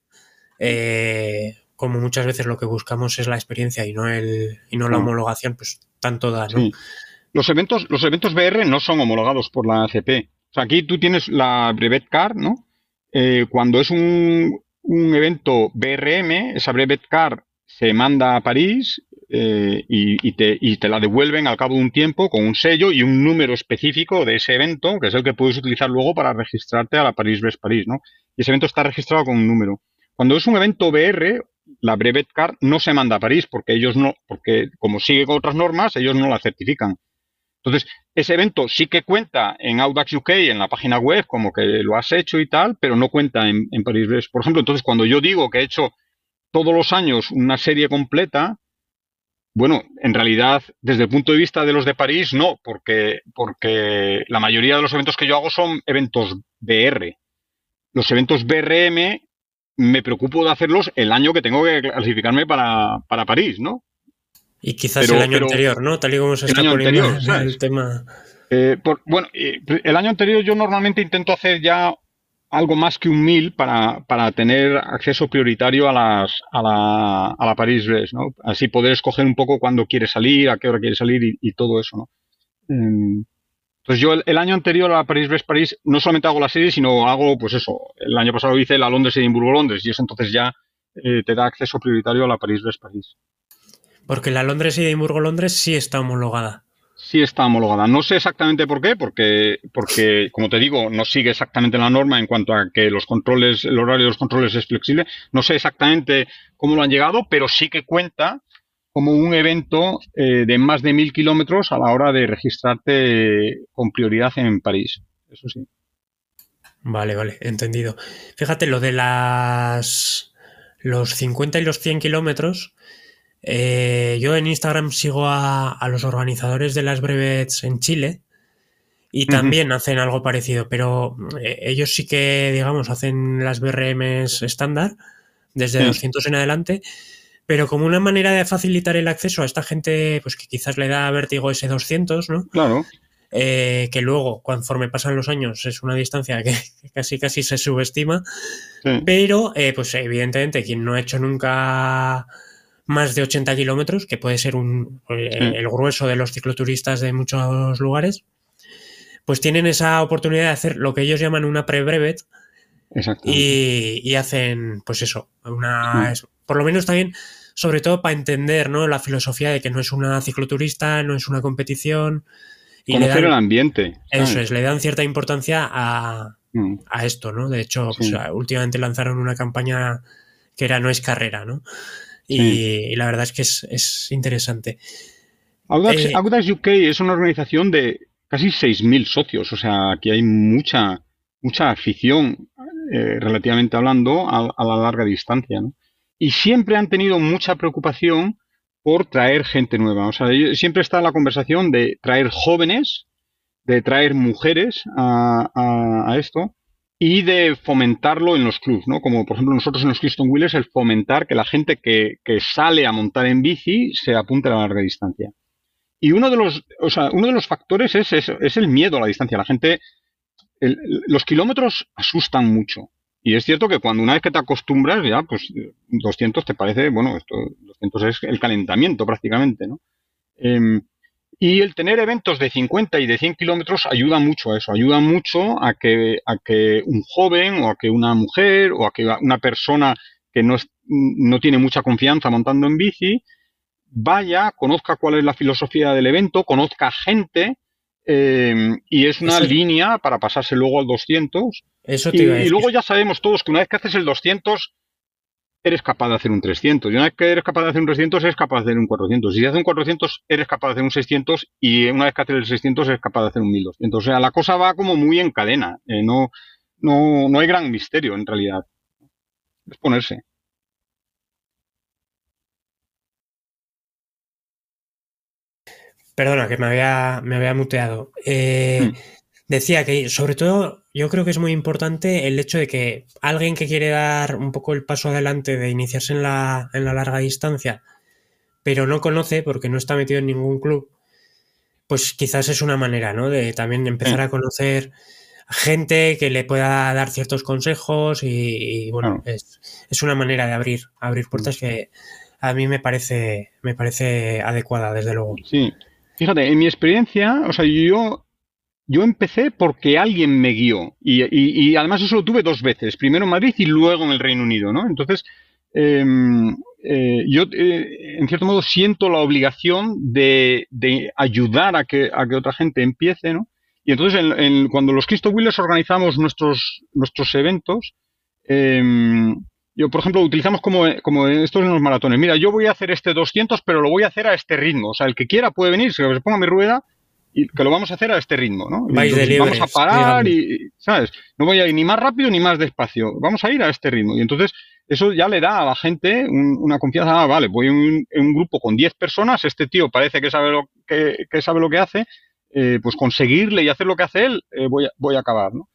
A: como muchas veces lo que buscamos es la experiencia y no la
B: No,
A: homologación, pues tanto da, ¿no?
B: sí. Los eventos VR no son homologados por la ACP. O sea, aquí tú tienes la Brevet Card, ¿no? Cuando es un evento BRM, esa Brevet Card se manda a París y te la devuelven al cabo de un tiempo con un sello y un número específico de ese evento, que es el que puedes utilizar luego para registrarte a la París-Brest-París, ¿no? Y ese evento está registrado con un número. Cuando es un evento VR, la Brevet Card no se manda a París porque ellos no, porque como sigue con otras normas, ellos no la certifican. Entonces, ese evento sí que cuenta en Audax UK, en la página web, como que lo has hecho y tal, pero no cuenta en París-Brest. Por ejemplo, entonces cuando yo digo que he hecho todos los años una serie completa, bueno, en realidad, desde el punto de vista de los de París, no, porque la mayoría de los eventos que yo hago son eventos BR. Los eventos BRM me preocupo de hacerlos el año que tengo que clasificarme para París, ¿no?
A: Y quizás el año
B: Pero
A: anterior, ¿no? Tal y como se
B: el
A: está
B: año
A: poniendo
B: anterior,
A: el
B: ¿sabes?
A: tema.
B: Bueno, el año anterior yo normalmente intento hacer ya algo más que un 1000 para tener acceso prioritario a la París-Brest, ¿no? Así poder escoger un poco cuándo quiere salir, a qué hora quiere salir y todo eso, ¿no? Entonces yo el año anterior a la París-Brest-París no solamente hago la serie, sino hago, pues eso, el año pasado hice la Londres-Edimburgo-Londres y eso entonces ya te da acceso prioritario a la París-Brest-París.
A: Porque la Londres y Edimburgo-Londres sí está homologada.
B: Sí está homologada. No sé exactamente por qué, porque, como te digo, no sigue exactamente la norma en cuanto a que los controles, el horario de los controles es flexible. No sé exactamente cómo lo han llegado, pero sí que cuenta como un evento de más de 1000 kilómetros a la hora de registrarte con prioridad en París. Eso sí.
A: Vale, vale, entendido. Fíjate, lo de los 50 y los 100 kilómetros, yo en Instagram sigo a los organizadores de las brevets en Chile y
B: Ujú.
A: también hacen algo parecido, pero ellos sí que, digamos, hacen las BRMs estándar desde
B: Sí,
A: 200 en adelante, pero como una manera de facilitar el acceso a esta gente pues que quizás le da vértigo ese 200, ¿no?
B: claro.
A: Que luego, conforme pasan los años, es una distancia que casi casi se subestima,
B: Sí,
A: pero pues evidentemente quien no ha hecho nunca más de 80 kilómetros, que puede ser
B: sí,
A: el grueso de los cicloturistas de muchos lugares, pues tienen esa oportunidad de hacer lo que ellos llaman una pre-brevet
B: exactamente.
A: y hacen, pues eso,
B: Sí,
A: por lo menos también sobre todo para entender, ¿no?, la filosofía de que no es una cicloturista, no es una competición. Y
B: conocer el ambiente, ¿sabes?
A: Eso es, le dan cierta importancia a esto, ¿no? De hecho,
B: Sí.
A: pues, últimamente lanzaron una campaña que era No es carrera, ¿no?
B: Sí.
A: Y la verdad es que es interesante.
B: Audax UK es una organización de casi 6.000 socios, o sea, aquí hay mucha afición, relativamente hablando, a la larga distancia, ¿no? Y siempre han tenido mucha preocupación por traer gente nueva. O sea, siempre está la conversación de traer jóvenes, de traer mujeres a esto y de fomentarlo en los clubs, ¿no? Como por ejemplo nosotros en los Keystone Wheelers, el fomentar que la gente que sale a montar en bici se apunte a la larga distancia. Y uno de los factores es el miedo a la distancia. La gente, los kilómetros asustan mucho. Y es cierto que cuando una vez que te acostumbras, ya, pues 200 te parece, bueno, 200 es el calentamiento prácticamente, ¿no? Y el tener eventos de 50 y de 100 kilómetros ayuda mucho a eso, ayuda mucho a que un joven o a que una mujer o a que una persona que no tiene mucha confianza montando en bici vaya, conozca cuál es la filosofía del evento, conozca gente, y es una línea para pasarse luego al 200.
A: Eso te iba a
B: Y
A: decir.
B: luego ya sabemos todos que una vez que haces el 200 eres capaz de hacer un 300. Y una vez que eres capaz de hacer un 300, eres capaz de hacer un 400. Y si haces un 400, eres capaz de hacer un 600. Y una vez que haces el 600, eres capaz de hacer un 1200. O sea, la cosa va como muy en cadena. No hay gran misterio, en realidad. Es ponerse.
A: Perdona, que me había muteado. Decía que, sobre todo, yo creo que es muy importante el hecho de que alguien que quiere dar un poco el paso adelante de iniciarse en la larga distancia, pero no conoce porque no está metido en ningún club, pues quizás es una manera, ¿no?, de también empezar a conocer gente que le pueda dar ciertos consejos y bueno,
B: Claro.
A: es una manera de abrir puertas que a mí me parece adecuada, desde luego.
B: Sí. Fíjate, en mi experiencia, o sea, yo empecé porque alguien me guió y además eso lo tuve dos veces, primero en Madrid y luego en el Reino Unido, ¿no? Entonces, yo en cierto modo siento la obligación de ayudar a que otra gente empiece, ¿no? Y entonces cuando los Keystone Wheelers organizamos nuestros eventos, yo, por ejemplo, utilizamos como estos en los maratones. Mira, yo voy a hacer este 200, pero lo voy a hacer a este ritmo. O sea, el que quiera puede venir, se ponga mi rueda y que lo vamos a hacer a este ritmo, ¿no? Y
A: Vais de
B: entonces vamos a
A: libres,
B: parar
A: digamos.
B: ¿sabes? No voy a ir ni más rápido ni más despacio. Vamos a ir a este ritmo. Y entonces eso ya le da a la gente una confianza. Ah, vale, voy en un grupo con 10 personas, este tío parece que sabe lo que hace, pues conseguirle y hacer lo que hace él, voy a acabar, ¿no?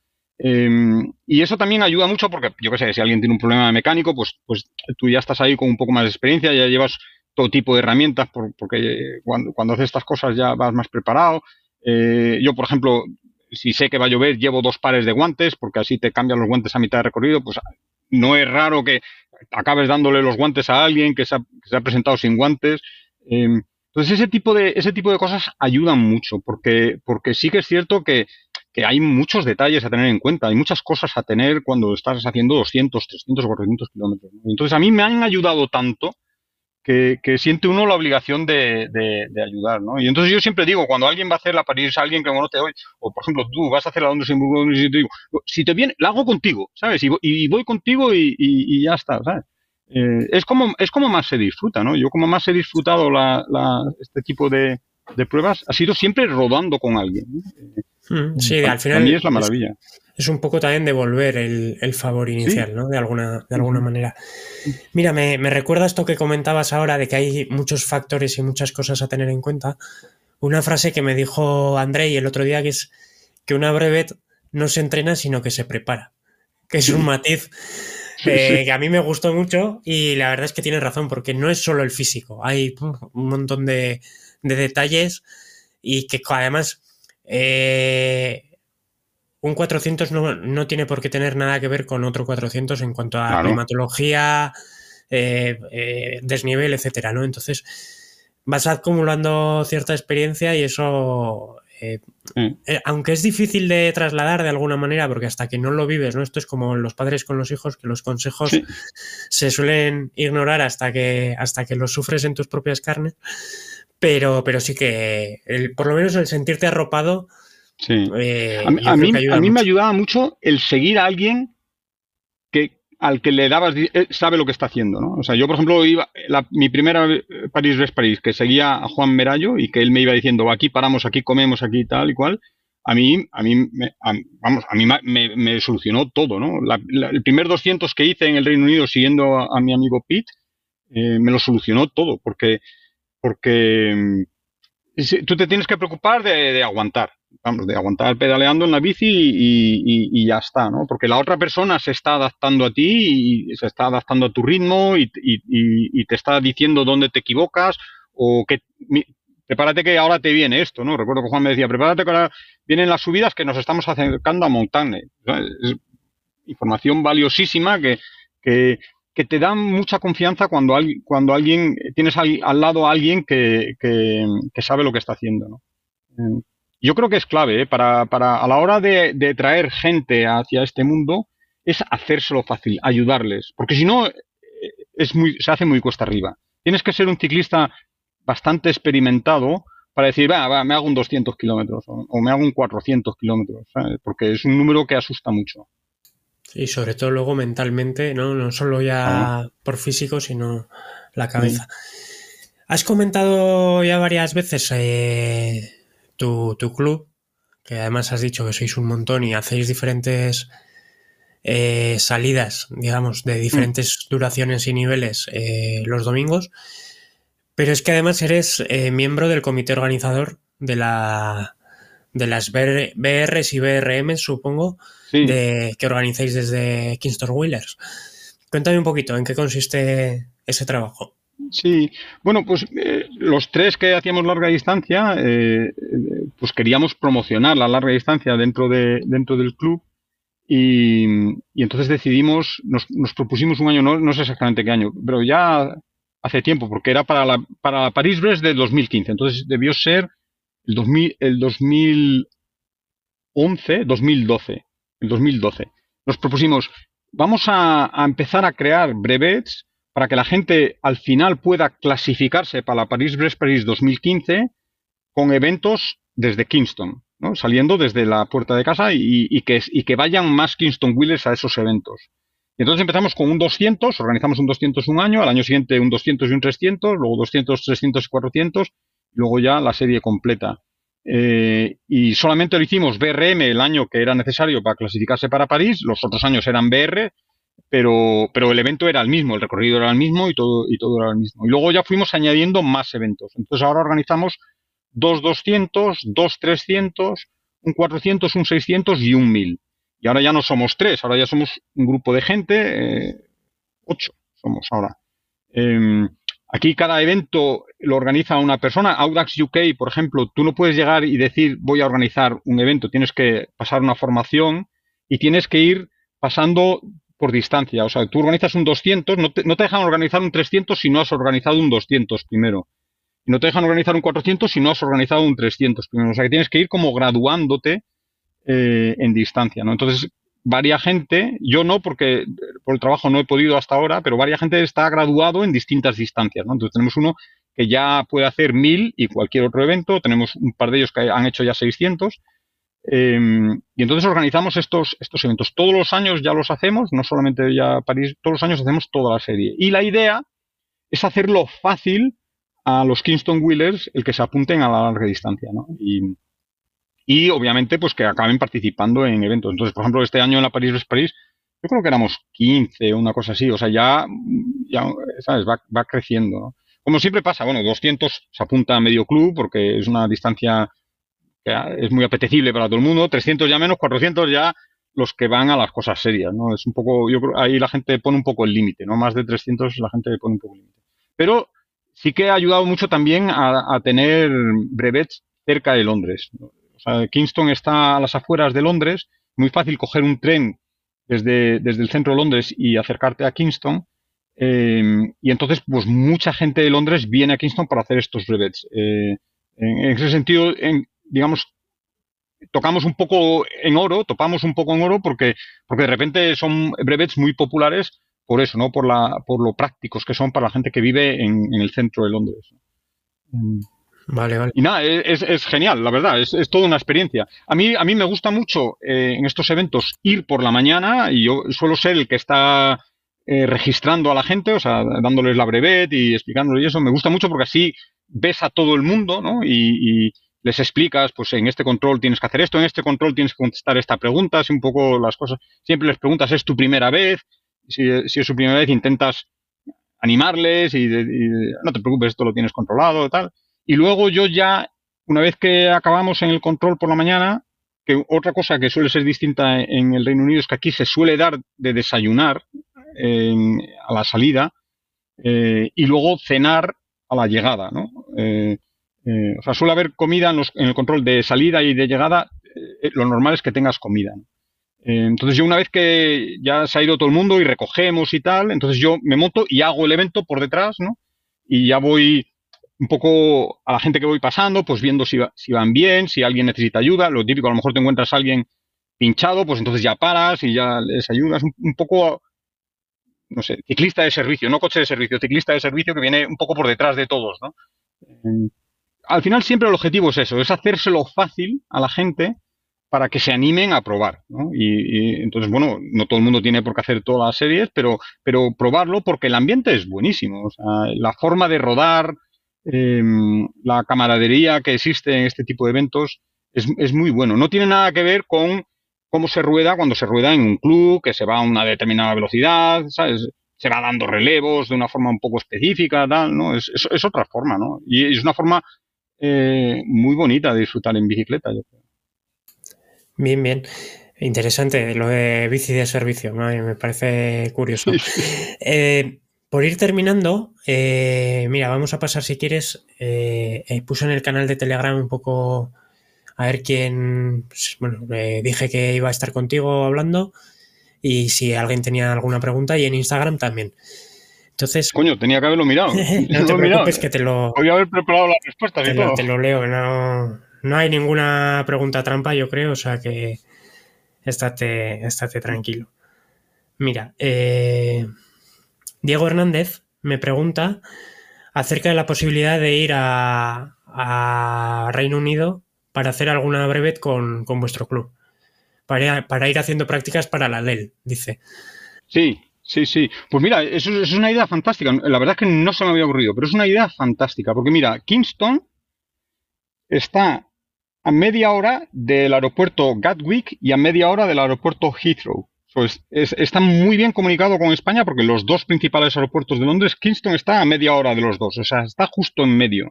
B: Y eso también ayuda mucho porque, yo qué sé, si alguien tiene un problema mecánico, pues tú ya estás ahí con un poco más de experiencia, ya llevas todo tipo de herramientas, porque cuando haces estas cosas ya vas más preparado. Yo, por ejemplo, si sé que va a llover, llevo 2 pares de guantes, porque así te cambian los guantes a mitad de recorrido, pues no es raro que acabes dándole los guantes a alguien que se ha presentado sin guantes. Entonces ese tipo de cosas ayudan mucho, porque sí que es cierto que hay muchos detalles a tener en cuenta, hay muchas cosas a tener cuando estás haciendo 200, 300 o 400 kilómetros. Entonces a mí me han ayudado tanto que siente uno la obligación de ayudar, ¿no? Y entonces yo siempre digo, cuando alguien va a hacer la París, alguien que conoce hoy, o por ejemplo tú vas a hacer la Londres-Hamburgo, y te digo, si te viene, la hago contigo, ¿sabes? Y voy contigo y ya está, ¿sabes? Es como más se disfruta, ¿no? Yo como más he disfrutado este tipo de pruebas, ha sido siempre rodando con alguien, ¿no?
A: Sí, al
B: Para mí
A: final
B: es la maravilla.
A: es un poco también devolver el favor inicial,
B: Sí.
A: ¿no? De alguna manera. Mira, me recuerda esto que comentabas ahora de que hay muchos factores y muchas cosas a tener en cuenta. Una frase que me dijo Andrei el otro día, que es que una brevet no se entrena sino que se prepara, que es un matiz
B: Sí.
A: que a mí me gustó mucho y la verdad es que tiene razón, porque no es solo el físico, hay un montón de detalles y que además un 400 no tiene por qué tener nada que ver con otro 400 en cuanto a
B: Claro.
A: climatología, desnivel, etcétera, ¿no? Entonces vas acumulando cierta experiencia y eso Aunque es difícil de trasladar de alguna manera, porque hasta que no lo vives, ¿no? Esto es como los padres con los hijos, que los consejos
B: Sí.
A: se suelen ignorar hasta que los sufres en tus propias carnes, pero sí que por lo menos el sentirte arropado,
B: Sí.
A: yo creo que
B: A
A: ayuda
B: mí me
A: mucho.
B: ayudaba mucho el seguir a alguien al que le dabas, sabe lo que está haciendo, ¿no? O sea, yo, por ejemplo, mi primera París-Brest-París, que seguía a Juan Merallo y que él me iba diciendo, aquí paramos, aquí comemos, aquí tal y cual, me solucionó todo, ¿no? El primer 200 que hice en el Reino Unido siguiendo a mi amigo Pete, me lo solucionó todo, porque tú te tienes que preocupar de aguantar, vamos, de aguantar pedaleando en la bici y ya está, ¿no? Porque la otra persona se está adaptando a ti y se está adaptando a tu ritmo y te está diciendo dónde te equivocas o prepárate que ahora te viene esto, ¿no? Recuerdo que Juan me decía, prepárate que ahora vienen las subidas que nos estamos acercando a Montagne. Es información valiosísima que, que te da mucha confianza cuando alguien tienes al lado a alguien que sabe lo que está haciendo, ¿no? Yo creo que es clave, ¿eh? A la hora de traer gente hacia este mundo es hacérselo fácil, ayudarles, porque si no se hace muy cuesta arriba. Tienes que ser un ciclista bastante experimentado para decir, me hago un 200 kilómetros o me hago un 400 kilómetros, ¿sabes? Porque es un número que asusta mucho.
A: Y sobre todo luego mentalmente, no solo ya por físico, sino la cabeza. Has comentado ya varias veces tu club, que además has dicho que sois un montón y hacéis diferentes salidas, digamos, de diferentes duraciones y niveles los domingos, pero es que además eres miembro del comité organizador de las BRs y BRMs, supongo,
B: Sí.
A: que organizáis desde Kingston Wheelers. Cuéntame un poquito en qué consiste ese trabajo.
B: Sí, bueno, pues los tres que hacíamos larga distancia, pues queríamos promocionar la larga distancia dentro del club y entonces decidimos, nos propusimos un año, no sé exactamente qué año, pero ya hace tiempo, porque era para la París-Brest de 2015, entonces debió ser el 2012. Nos propusimos, vamos a empezar a crear brevets para que la gente al final pueda clasificarse para la París-Brest-París 2015 con eventos desde Kingston, ¿no? Saliendo desde la puerta de casa y que vayan más Kingston Wheelers a esos eventos. Entonces empezamos con un 200, organizamos un 200 un año, al año siguiente un 200 y un 300, luego 200, 300 y 400, y luego ya la serie completa. Y solamente lo hicimos BRM el año que era necesario para clasificarse para París, los otros años eran BR, pero el evento era el mismo, el recorrido era el mismo y todo era el mismo. Y luego ya fuimos añadiendo más eventos. Entonces ahora organizamos 2 200, 2 300, un 400, un 600 y un 1000. Y ahora ya no somos tres, ahora ya somos un grupo de gente, 8 somos ahora. Aquí cada evento lo organiza una persona. Audax UK, por ejemplo, tú no puedes llegar y decir voy a organizar un evento, tienes que pasar una formación y tienes que ir pasando por distancia. O sea, tú organizas un 200, no te dejan organizar un 300 si no has organizado un 200 primero. Y no te dejan organizar un 400 si no has organizado un 300 primero. O sea, que tienes que ir como graduándote en distancia, ¿no? Entonces, varia gente, yo no, porque por el trabajo no he podido hasta ahora, pero varia gente está graduado en distintas distancias, ¿no? Entonces tenemos uno que ya puede hacer 1000 y cualquier otro evento, tenemos un par de ellos que han hecho ya 600, y entonces organizamos estos eventos. Todos los años ya los hacemos, no solamente ya París, todos los años hacemos toda la serie. Y la idea es hacerlo fácil a los Kingston Wheelers el que se apunten a la larga distancia, ¿no? Y obviamente pues que acaben participando en eventos. Entonces, por ejemplo, este año en la París-Brest-París, yo creo que éramos 15 o una cosa así, o sea, ya ¿sabes? Va creciendo, ¿no? Como siempre pasa, bueno, 200 se apunta a medio club porque es una distancia que es muy apetecible para todo el mundo, 300 ya menos, 400 ya los que van a las cosas serias, ¿no? Es un poco, yo creo, ahí la gente pone un poco el límite, ¿no? Más de 300 la gente pone un poco el límite. Pero sí que ha ayudado mucho también a tener brevets cerca de Londres, ¿no? O sea, Kingston está a las afueras de Londres, muy fácil coger un tren desde el centro de Londres y acercarte a Kingston. Y entonces, pues mucha gente de Londres viene a Kingston para hacer estos brevets. En ese sentido, digamos, tocamos un poco en oro, topamos un poco en oro porque de repente son brevets muy populares por eso, ¿no? Por lo prácticos que son para la gente que vive en el centro de Londres.
A: Vale, vale.
B: Y nada, es genial, la verdad, es toda una experiencia. A mí me gusta mucho en estos eventos ir por la mañana y yo suelo ser el que está registrando a la gente, o sea, dándoles la brevet y explicándoles eso. Me gusta mucho porque así ves a todo el mundo, ¿no? Y les explicas, pues en este control tienes que hacer esto, en este control tienes que contestar esta pregunta, así un poco las cosas. Siempre les preguntas, ¿es tu primera vez? Si es su primera vez, intentas animarles no te preocupes, esto lo tienes controlado y tal. Y luego yo ya, una vez que acabamos en el control por la mañana, que otra cosa que suele ser distinta en el Reino Unido es que aquí se suele dar de desayunar a la salida y luego cenar a la llegada, ¿no? O sea, suele haber comida en el control de salida y de llegada. Lo normal es que tengas comida, ¿no? Entonces yo una vez que ya se ha ido todo el mundo y recogemos y tal, entonces yo me monto y hago el evento por detrás, ¿no? Y ya voy un poco a la gente que voy pasando, pues viendo si van bien, si alguien necesita ayuda. Lo típico, a lo mejor te encuentras a alguien pinchado, pues entonces ya paras y ya les ayudas. Un poco, no sé, ciclista de servicio, no coche de servicio, ciclista de servicio que viene un poco por detrás de todos, ¿no? Al final siempre el objetivo es eso, es hacérselo fácil a la gente para que se animen a probar, ¿no? Entonces, bueno, no todo el mundo tiene por qué hacer todas las series, pero probarlo porque el ambiente es buenísimo. O sea, la forma de rodar, eh, la camaradería que existe en este tipo de eventos es muy bueno. No tiene nada que ver con cómo se rueda cuando se rueda en un club, que se va a una determinada velocidad, ¿sabes? Se va dando relevos de una forma un poco específica, tal, ¿no? Es otra forma, ¿no? Y es una forma muy bonita de disfrutar en bicicleta, yo creo.
A: Bien, bien. Interesante lo de bici de servicio, ¿no? Me parece curioso.
B: Sí, sí.
A: Por ir terminando, mira, vamos a pasar, si quieres, puse en el canal de Telegram un poco a ver quién, pues, bueno, dije que iba a estar contigo hablando y si alguien tenía alguna pregunta, y en Instagram también. Entonces,
B: Coño, tenía que haberlo mirado.
A: no
B: No
A: te
B: lo he mirado.
A: preocupes que
B: Podría haber preparado las respuestas y todo.
A: te lo leo, no hay ninguna pregunta trampa, yo creo, o sea que estate tranquilo. Mira, Diego Hernández me pregunta acerca de la posibilidad de ir a Reino Unido para hacer alguna brevet con vuestro club, para ir haciendo prácticas para la LEL, dice.
B: Sí, sí, sí. Pues mira, eso es una idea fantástica. La verdad es que no se me había ocurrido, pero es una idea fantástica. Porque mira, Kingston está a media hora del aeropuerto Gatwick y a media hora del aeropuerto Heathrow. Está muy bien comunicado con España porque los dos principales aeropuertos de Londres, Kingston está a media hora de los dos, o sea, está justo en medio.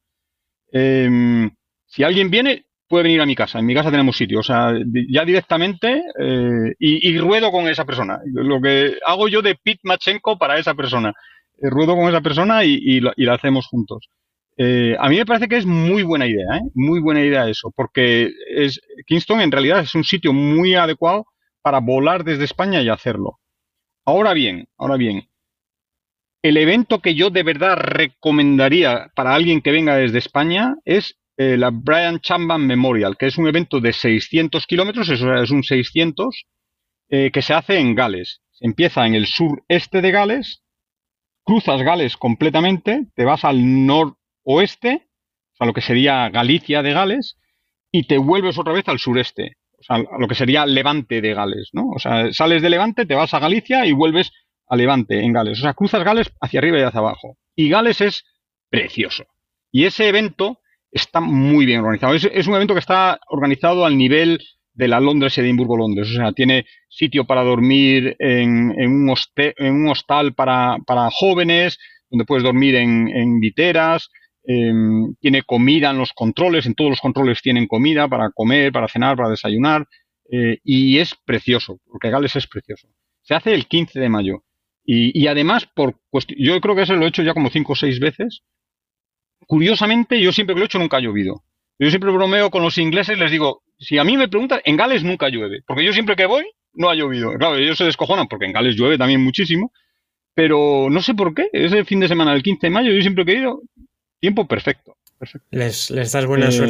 B: Si alguien viene, puede venir a mi casa. En mi casa tenemos sitio, o sea, ya directamente y ruedo con esa persona. Lo que hago yo de Pete Machenko para esa persona. Ruedo con esa persona y la hacemos juntos. A mí me parece que es muy buena idea, ¿eh? Muy buena idea eso, porque Kingston en realidad es un sitio muy adecuado para volar desde España y hacerlo. Ahora bien, el evento que yo de verdad recomendaría para alguien que venga desde España es la Brian Chapman Memorial, que es un evento de 600 kilómetros, eso es un 600, que se hace en Gales. Se empieza en el sureste de Gales, cruzas Gales completamente, te vas al noroeste, o sea, lo que sería Galicia de Gales, y te vuelves otra vez al sureste, o sea, a lo que sería Levante de Gales, ¿no? O sea, sales de Levante, te vas a Galicia y vuelves a Levante en Gales. O sea, cruzas Gales hacia arriba y hacia abajo. Y Gales es precioso. Y ese evento está muy bien organizado. Es un evento que está organizado al nivel de la Londres-Edimburgo-Londres. O sea, tiene sitio para dormir en un hostal para jóvenes, donde puedes dormir en literas. Tiene comida en los controles, en todos los controles tienen comida para comer, para cenar, para desayunar, y es precioso, porque Gales es precioso. Se hace el 15 de mayo. Y además, yo creo que eso lo he hecho ya como 5 o 6 veces. Curiosamente, yo siempre que lo he hecho nunca ha llovido. Yo siempre bromeo con los ingleses, les digo, si a mí me preguntan, en Gales nunca llueve, porque yo siempre que voy no ha llovido. Claro, ellos se descojonan porque en Gales llueve también muchísimo, pero no sé por qué, ese fin de semana del 15 de mayo, yo siempre que he ido, tiempo perfecto. Perfecto.
A: Les das buena suerte.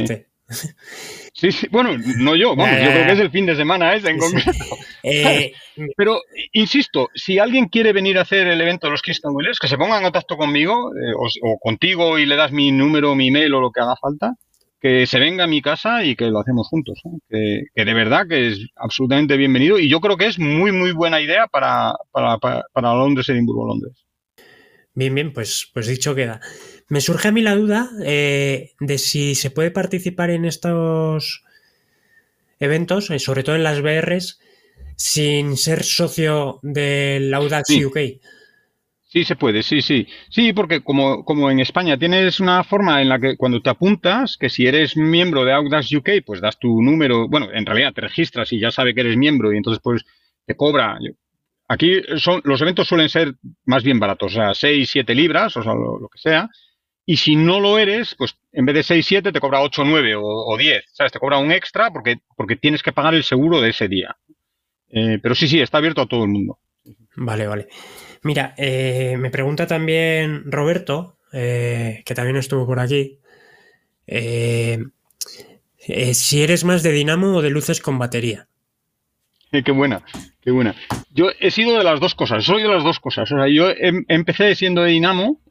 B: Sí, sí, bueno, no yo,
A: Ya,
B: vamos, yo
A: ya,
B: creo que es
A: ya.
B: el fin de semana ese en
A: Sí, sí.
B: concreto. ¿Sabes?
A: Eh,
B: Pero, insisto, si alguien quiere venir a hacer el evento de los Kingston Wheelers, que se ponga en contacto conmigo o contigo y le das mi número, mi email o lo que haga falta, que se venga a mi casa y que lo hacemos juntos. ¿Eh? Que de verdad que es absolutamente bienvenido y yo creo que es muy, muy buena idea para Londres, Edimburgo, Londres.
A: Bien, bien, pues dicho queda. Me surge a mí la duda de si se puede participar en estos eventos, sobre todo en las BRs, sin ser socio del Audax
B: Sí,
A: UK.
B: sí se puede, sí, sí. Sí, porque como en España tienes una forma en la que cuando te apuntas, que si eres miembro de Audax UK, pues das tu número, bueno, en realidad te registras y ya sabe que eres miembro y entonces pues te cobra. Aquí los eventos suelen ser más bien baratos, o sea, 6 7 libras, o sea, lo que sea. Y si no lo eres, pues en vez de 6 7 te cobra 8 9 o 10, ¿sabes? Te cobra un extra porque tienes que pagar el seguro de ese día. Pero sí, sí, está abierto a todo el mundo.
A: Vale, vale. Mira, me pregunta también Roberto, que también estuvo por aquí, eh, si eres más de dinamo o de luces con batería.
B: Qué buena, qué buena. Yo he sido de las dos cosas, soy de las dos cosas. O sea, yo empecé siendo de Dinamo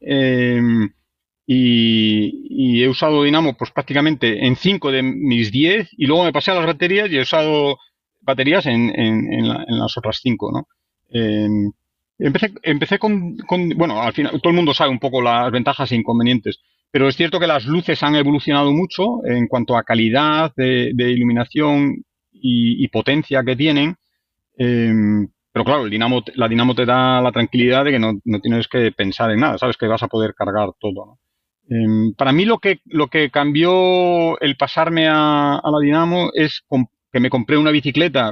B: y he usado Dinamo pues prácticamente en 5 de mis 10 y luego me pasé a las baterías y he usado baterías en las otras 5, ¿no? Eh, empecé bueno, al final todo el mundo sabe un poco las ventajas e inconvenientes, pero es cierto que las luces han evolucionado mucho en cuanto a calidad de iluminación y potencia que tienen. Eh, pero claro, la Dinamo te da la tranquilidad de que no tienes que pensar en nada, sabes que vas a poder cargar todo, ¿no? Para mí lo que cambió el pasarme a la Dinamo es que me compré una bicicleta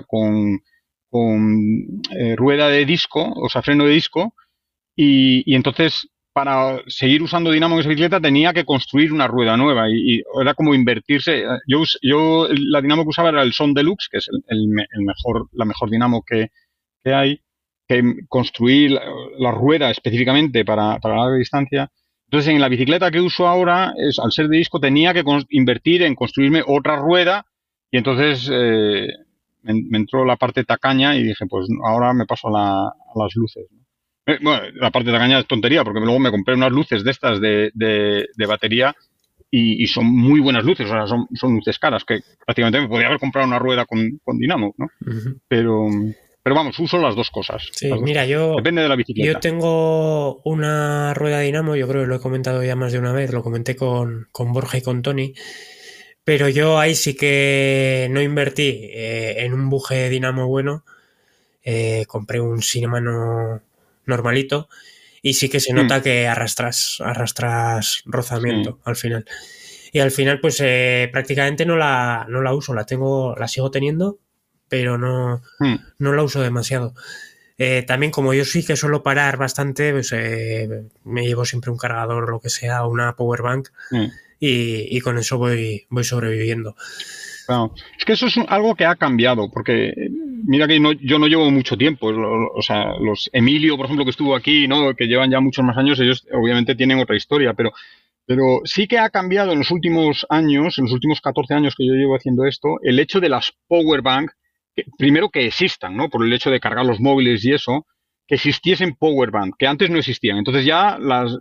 B: con rueda de disco, o sea, freno de disco, y entonces para seguir usando Dinamo en esa bicicleta tenía que construir una rueda nueva y era como invertirse. Yo la Dinamo que usaba era el Son Deluxe, que es la mejor Dinamo que hay, que construir la rueda específicamente para larga distancia. Entonces, en la bicicleta que uso ahora, al ser de disco, tenía que invertir en construirme otra rueda y entonces me entró la parte tacaña y dije, pues ahora me paso a las luces. ¿No? Bueno, la parte tacaña es tontería, porque luego me compré unas luces de estas de batería y son muy buenas luces, o sea, son luces caras, que prácticamente me podría haber comprado una rueda con dinamo, ¿no?
A: Uh -huh.
B: Pero, pero vamos, uso las dos cosas.
A: Sí,
B: Las dos
A: mira,
B: cosas. Depende de la
A: yo
B: bicicleta.
A: tengo una rueda Dinamo, yo creo que lo he comentado ya más de una vez, lo comenté con Borja y con Tony, pero yo ahí sí que no invertí en un buje Dinamo bueno, compré un Shimano normalito y sí que se
B: Mm,
A: nota que arrastras
B: sí.
A: rozamiento al final. Y al final, pues prácticamente no la uso, la sigo teniendo, pero
B: Mm,
A: no la uso demasiado. También como yo sí que suelo parar bastante, pues me llevo siempre un cargador o lo que sea, una power bank
B: mm.
A: y con eso voy sobreviviendo.
B: Claro. Es que eso es algo que ha cambiado, porque mira que yo no llevo mucho tiempo. O sea, los Emilio, por ejemplo, que estuvo aquí, ¿no? Que llevan ya muchos más años, ellos obviamente tienen otra historia, pero sí que ha cambiado en los últimos años, en los últimos 14 años que yo llevo haciendo esto, el hecho de las power bank, primero que existan, ¿no? Por el hecho de cargar los móviles y eso, que existiesen power bank, que antes no existían. Entonces ya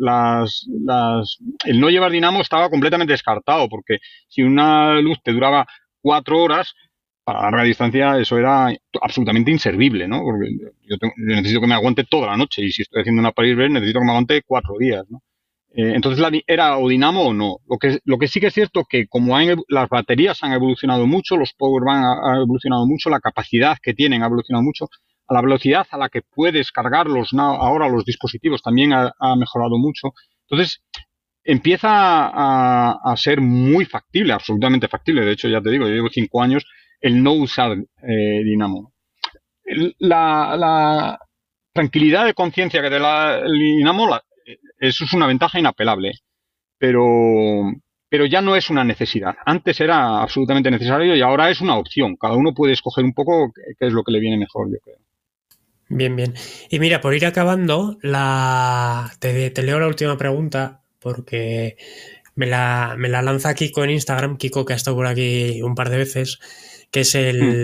B: el no llevar dinamo estaba completamente descartado, porque si una luz te duraba 4 horas, para larga distancia eso era absolutamente inservible, ¿no? Porque yo necesito que me aguante toda la noche y si estoy haciendo una Paris-Brest necesito que me aguante 4 días, ¿no? Entonces era o dinamo o no. Lo que sí que es cierto que como las baterías han evolucionado mucho, los powerbank han evolucionado mucho, la capacidad que tienen ha evolucionado mucho, a la velocidad a la que puedes cargarlos ahora los dispositivos también ha mejorado mucho. Entonces empieza a ser muy factible, absolutamente factible. De hecho, ya te digo, yo llevo 5 años el no usar dinamo. La tranquilidad de conciencia que te da el dinamo, eso es una ventaja inapelable, pero, pero ya no es una necesidad. Antes era absolutamente necesario y ahora es una opción. Cada uno puede escoger un poco qué es lo que le viene mejor, yo creo.
A: Bien, bien. Y mira, por ir acabando, te leo la última pregunta porque me la lanza Kiko en Instagram, Kiko que ha estado por aquí un par de veces, que es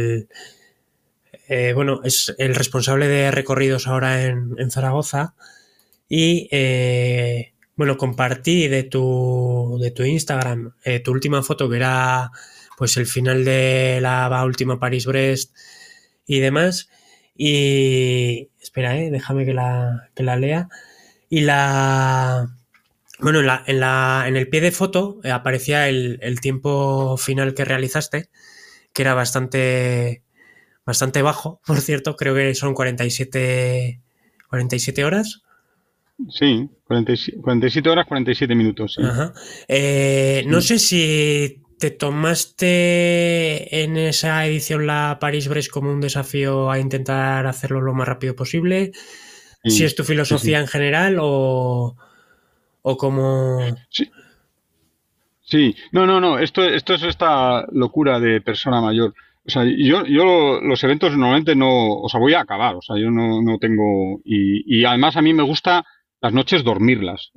A: bueno, es el responsable de recorridos ahora en Zaragoza. Y bueno, compartí de tu Instagram tu última foto, que era pues el final de la última París-Brest y demás. Y espera, déjame que la lea. Y bueno, en el pie de foto aparecía el tiempo final que realizaste, que era bastante bajo, por cierto, creo que son 47 horas.
B: Sí, 47 horas, 47 minutos, sí.
A: Ajá. No
B: Sí,
A: sé si te tomaste en esa edición la París-Brest como un desafío a intentar hacerlo lo más rápido posible, si
B: sí,
A: es tu
B: sí,
A: filosofía
B: sí.
A: en general o como...
B: Sí, sí. No, no, no. Esto es esta locura de persona mayor. O sea, yo los eventos normalmente no, o sea, voy a acabar. O sea, yo no tengo, y además a mí me gusta las noches dormirlas,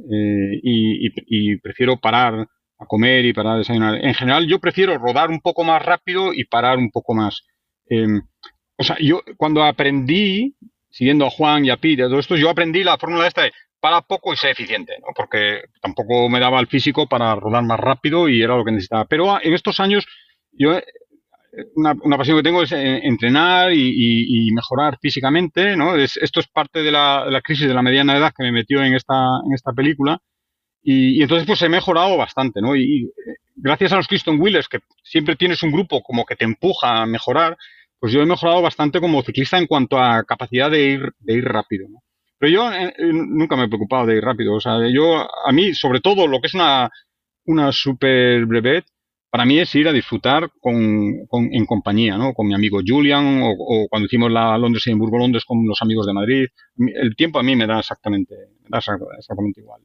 B: y prefiero parar a comer y parar a desayunar. En general, yo prefiero rodar un poco más rápido y parar un poco más. Em, O sea, yo cuando aprendí, siguiendo a Juan y a Pete y a todo esto, yo aprendí la fórmula esta de para poco y sé eficiente, ¿no? Porque tampoco me daba el físico para rodar más rápido y era lo que necesitaba. Pero en estos años, yo una pasión que tengo es entrenar y mejorar físicamente, ¿no? Esto es parte de la crisis de la mediana edad que me metió en esta película. Y entonces pues he mejorado bastante, ¿no? Y gracias a los Keystone Wheelers, que siempre tienes un grupo como que te empuja a mejorar, pues yo he mejorado bastante como ciclista en cuanto a capacidad de ir rápido, ¿no? Pero yo nunca me he preocupado de ir rápido. O sea, a mí, sobre todo, lo que es una super brevet, para mí es ir a disfrutar en compañía, ¿no? Con mi amigo Julian o cuando hicimos la Londres-Edimburgo-Londres con los amigos de Madrid. El tiempo a mí me da exactamente igual.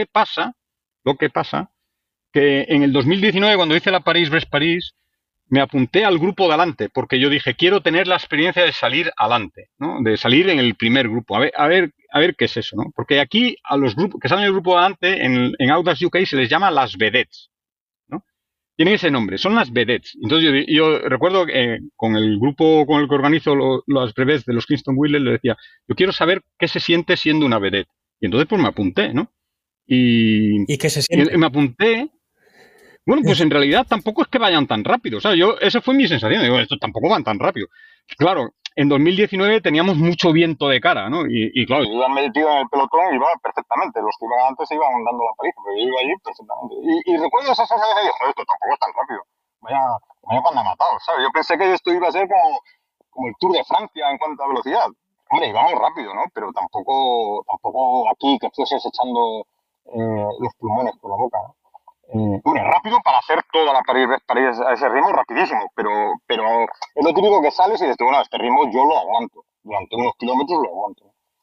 B: Lo que pasa, que en el 2019, cuando hice la París-Brest-París, me apunté al grupo de adelante, porque yo dije, quiero tener la experiencia de salir adelante, ¿no? De salir en el primer grupo, a ver qué es eso, ¿no? Porque aquí a los grupos que salen en el grupo de adelante, en Audax UK se les llama las vedettes, ¿no? Tienen ese nombre, son las vedettes. Entonces yo recuerdo que con el grupo con el que organizo las brevets de los Kingston Wheelers le decía, yo quiero saber qué se siente siendo una vedette. Y entonces pues me apunté, ¿no?
A: ¿Y qué se
B: Y
A: siente?
B: me apunté. Bueno, pues en realidad tampoco es que vayan tan rápido. O sea, esa fue mi sensación. Digo, esto tampoco van tan rápido. Claro, en 2019 teníamos mucho viento de cara, ¿no? Y claro, yo iba metido en el pelotón y iba perfectamente. Los que iban antes iban dando la paliza, pero yo iba allí perfectamente. Y recuerdo esa sensación de, joder, esto tampoco es tan rápido. Vaya, vaya cuando ha matado, ¿sabes? Yo pensé que esto iba a ser como el Tour de Francia en cuanto a velocidad. Hombre, íbamos rápido, ¿no? Pero tampoco aquí que fueses echando los pulmones por la boca, ¿no? Hombre, rápido para hacer toda la París a ese ritmo, rapidísimo, pero es lo típico que sales y dices, bueno, este ritmo yo lo aguanto, durante unos kilómetros lo aguanto.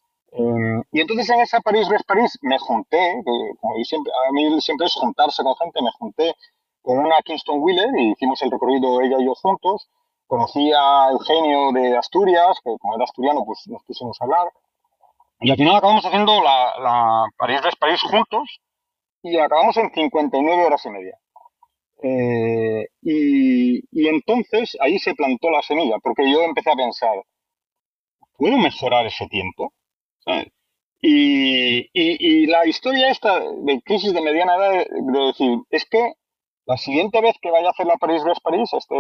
B: Y entonces en esa París me junté, como siempre, a mí siempre es juntarse con gente, me junté con una Kingston Wheeler y hicimos el recorrido ella y yo juntos. Conocí a Eugenio de Asturias, que como era asturiano, pues nos pusimos a hablar. Y al final acabamos haciendo la París juntos y acabamos en 59 horas y media. Y entonces ahí se plantó la semilla, porque yo empecé a pensar, ¿puedo mejorar ese tiempo? ¿Sabes? Y la historia esta de crisis de mediana edad, de decir, es que la siguiente vez que vaya a hacer la París-Brest-París, este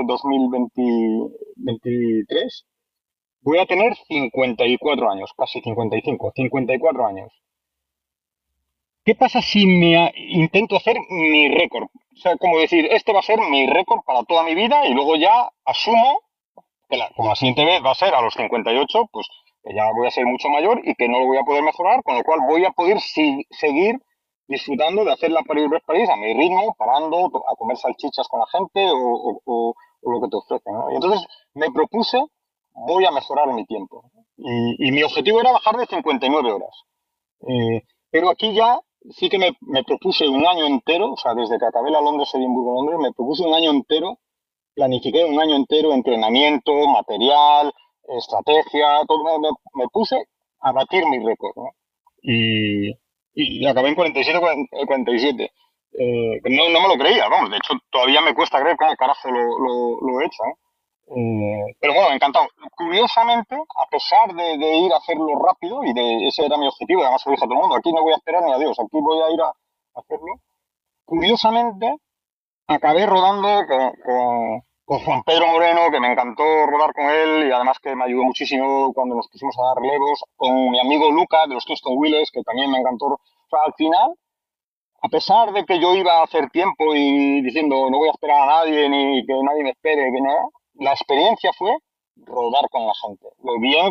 B: 2023, voy a tener 54 años, casi 55, 54 años. ¿Qué pasa si intento hacer mi récord? O sea, como decir, este va a ser mi récord para toda mi vida y luego ya asumo que como la siguiente vez va a ser a los 58, pues que ya voy a ser mucho mayor y que no lo voy a poder mejorar, con lo cual voy a poder seguir disfrutando de hacer la París-Brest-París a mi ritmo, parando a comer salchichas con la gente o lo que te ofrecen, ¿no? Y entonces me propuse, voy a mejorar mi tiempo. Y mi objetivo era bajar de 59 horas. Eh, pero aquí ya sí que me propuse un año entero, o sea, desde que acabé la Londres-Edimburgo-Londres, me propuse un año entero, planifiqué un año entero, entrenamiento, material, estrategia, todo, me puse a batir mi récord, ¿no? Y, y acabé en 47, 47.
C: que no me lo creía, vamos, de hecho todavía me cuesta creer cómo carajo lo he hecho, ¿eh? Pero bueno, encantado. Curiosamente, a pesar de ir a hacerlo rápido, y ese era mi objetivo, además se lo dije a todo el mundo, aquí no voy a esperar ni a Dios, aquí voy a ir a hacerlo. Curiosamente, acabé rodando con Juan Pedro Moreno, que me encantó rodar con él y además que me ayudó muchísimo cuando nos pusimos a dar relevos, con mi amigo Luca de los Kingston Wheelers, que también me encantó. O sea, al final, a pesar de que yo iba a hacer tiempo y diciendo no voy a esperar a nadie ni que nadie me espere, que nada, la experiencia fue rodar con la gente. Lo bien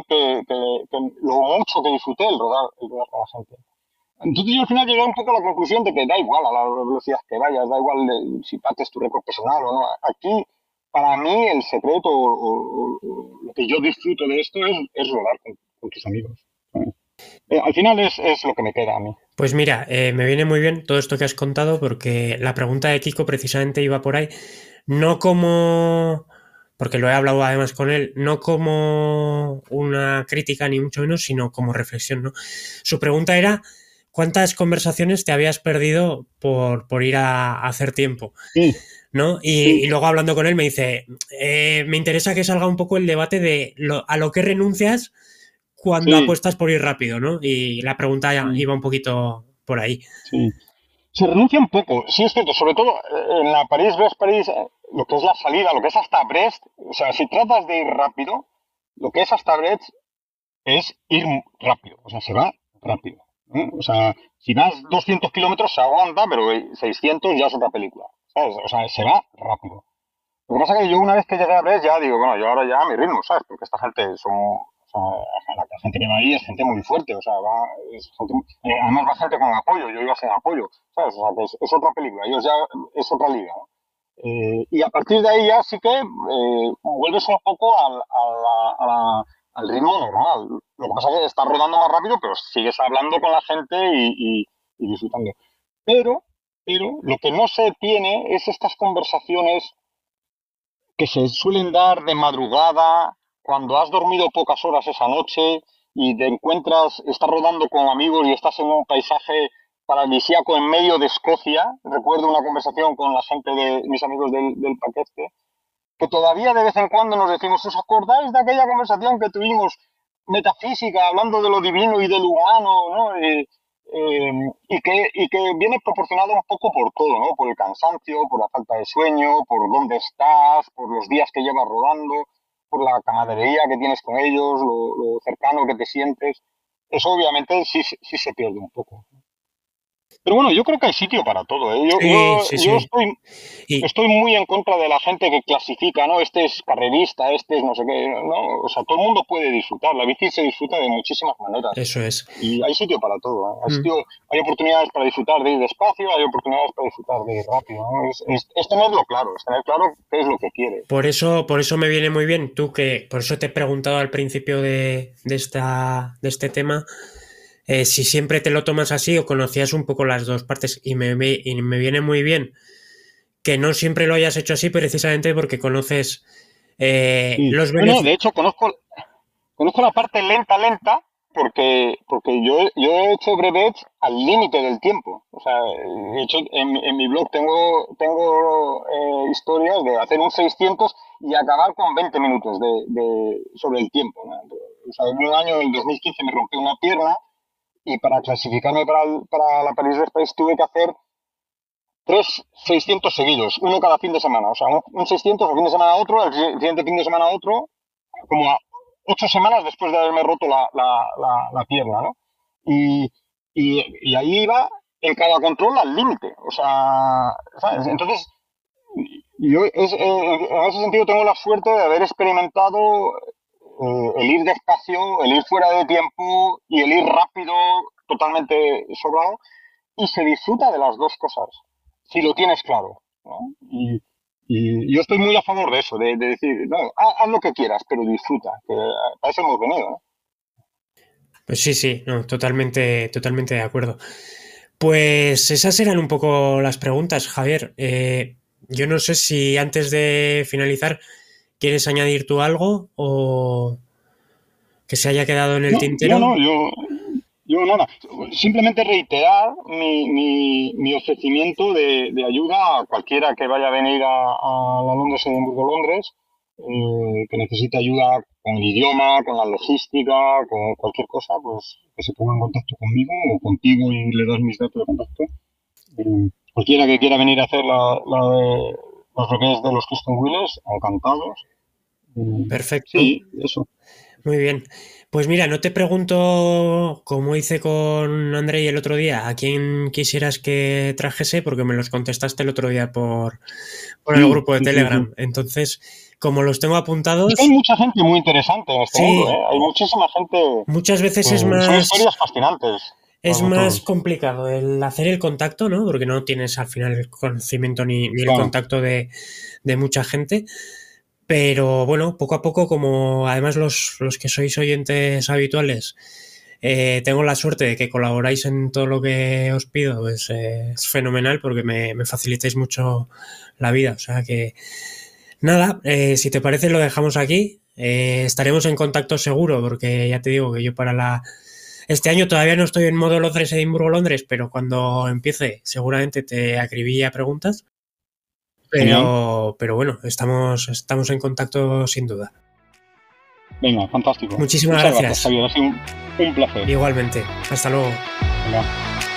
C: lo mucho que disfruté el rodar con la gente. Entonces yo al final llegué un poco a la conclusión de que da igual a la velocidad que vayas, da igual si bates tu récord personal o no. Aquí, para mí, el secreto o lo que yo disfruto de esto es rodar con tus amigos. Al final es lo que me queda a mí.
A: Pues mira, me viene muy bien todo esto que has contado porque la pregunta de Kiko precisamente iba por ahí, no como, porque lo he hablado además con él, no como una crítica ni mucho menos, sino como reflexión, ¿no? Su pregunta era, ¿cuántas conversaciones te habías perdido por ir a hacer tiempo?
C: Sí,
A: ¿No?
C: sí,
A: Y luego hablando con él me dice, me interesa que salga un poco el debate de a lo que renuncias cuando
C: sí,
A: apuestas por ir rápido, ¿no? Y la pregunta ya
C: sí,
A: iba un poquito por ahí.
C: sí. Se renuncia un poco, sí es cierto, sobre todo en la París-Brest-París, lo que es la salida, lo que es hasta Brest, o sea, si tratas de ir rápido, lo que es hasta Brest es ir rápido, o sea, se va rápido. O sea, si vas 200 kilómetros se aguanta, pero 600 ya es otra película, ¿sabes? O sea, se va rápido. Lo que pasa es que yo una vez que llegué a Brest ya digo, bueno, yo ahora ya a mi ritmo, ¿sabes? Porque esta gente son, o sea, la gente que va ahí es gente muy fuerte, o sea, además va gente con apoyo, yo iba sin apoyo, ¿sabes? O sea, que es otra película, ellos ya es otra liga, ¿no? Y a partir de ahí ya sí que vuelves un poco al ritmo normal. Lo que pasa es que estás rodando más rápido, pero sigues hablando con la gente y disfrutando. Pero, pero lo que no se tiene es estas conversaciones que se suelen dar de madrugada, cuando has dormido pocas horas esa noche y te encuentras, estás rodando con amigos y estás en un paisaje paradisíaco en medio de Escocia. Recuerdo una conversación con la gente de mis amigos del paquete, que todavía de vez en cuando nos decimos, ¿os acordáis de aquella conversación que tuvimos metafísica, hablando de lo divino y de lo humano, ¿no? Y que viene proporcionado un poco por todo, ¿no? Por el cansancio, por la falta de sueño, por dónde estás, por los días que llevas rodando, por la camaradería que tienes con ellos, lo cercano que te sientes. Eso obviamente sí se pierde un poco. Pero bueno, yo creo que hay sitio para todo, ¿eh?
A: Sí, sí,
C: Yo
A: sí. Y
C: estoy muy en contra de la gente que clasifica, ¿no? Este es carrerista, este es no sé qué, ¿no? O sea, todo el mundo puede disfrutar. La bici se disfruta de muchísimas maneras.
A: eso es.
C: Y hay sitio para todo, ¿eh?
A: Mm.
C: Hay oportunidades para disfrutar de ir despacio, hay oportunidades para disfrutar de ir rápido, ¿no? Es tenerlo claro, es tener claro qué es lo que quieres.
A: Por eso me viene muy bien tú que, por eso te he preguntado al principio de este tema, si siempre te lo tomas así o conocías un poco las dos partes y me viene muy bien que no siempre lo hayas hecho así precisamente porque conoces
C: Sí.
A: los
C: No, no,
A: beneficios.
C: de hecho conozco la parte lenta, lenta, porque yo he hecho brevets al límite del tiempo. O sea, de hecho, en mi blog tengo historias de hacer un 600 y acabar con 20 minutos sobre el tiempo, ¿no? O sea, en un año, en el 2015, me rompí una pierna y para clasificarme para la París-Roubaix tuve que hacer tres 600 seguidos, uno cada fin de semana. O sea, un 600 el fin de semana otro, el siguiente fin de semana otro, como a 8 semanas después de haberme roto la pierna, ¿no? Y, y ahí iba en cada control al límite. O sea, ¿sabes? Entonces, en ese sentido tengo la suerte de haber experimentado el ir despacio, el ir fuera de tiempo y el ir rápido, totalmente sobrado, y se disfruta de las dos cosas, si lo tienes claro, ¿no? Y yo estoy muy a favor de eso, de decir, no, haz lo que quieras, pero disfruta, que para eso hemos venido, ¿no?
A: Pues sí, sí, no, totalmente, totalmente de acuerdo. Pues esas eran un poco las preguntas, Javier. Yo no sé si antes de finalizar quieres añadir tú algo o que se haya quedado en el
C: No, no,
A: tintero.
C: no, Yo nada, simplemente reiterar mi ofrecimiento de ayuda a cualquiera que vaya a venir a la Londres, Edimburgo, Londres, que necesite ayuda con el idioma, con la logística, con cualquier cosa, pues que se ponga en contacto conmigo o contigo y le das mis datos de contacto. Cualquiera que quiera venir a hacer los bloqueos de los Custom Wheels, encantados.
A: Perfecto.
C: Sí, eso.
A: Muy bien. Pues mira, no te pregunto, como hice con Andrei el otro día, a quién quisieras que trajese, porque me los contestaste el otro día por el grupo de Telegram. Entonces, como los tengo apuntados...
C: Es que hay mucha gente muy interesante en este mundo, ¿eh? Hay muchísima gente...
A: Muchas veces es más...
C: Son historias fascinantes.
A: Es más complicado el hacer el contacto, ¿no? Porque no tienes al final el conocimiento ni el contacto de mucha gente. Pero bueno, poco a poco, como además los que sois oyentes habituales, tengo la suerte de que colaboráis en todo lo que os pido, pues es fenomenal porque me facilitáis mucho la vida. O sea que nada, si te parece lo dejamos aquí. Estaremos en contacto seguro porque ya te digo que yo este año todavía no estoy en modo Londres, Edimburgo, Londres, pero cuando empiece seguramente te acribilla preguntas. Pero bueno, estamos en contacto sin duda.
C: Venga, fantástico.
A: Muchísimas gracias.
C: Javier, ha sido un placer.
A: Igualmente. Hasta luego.
C: Venga.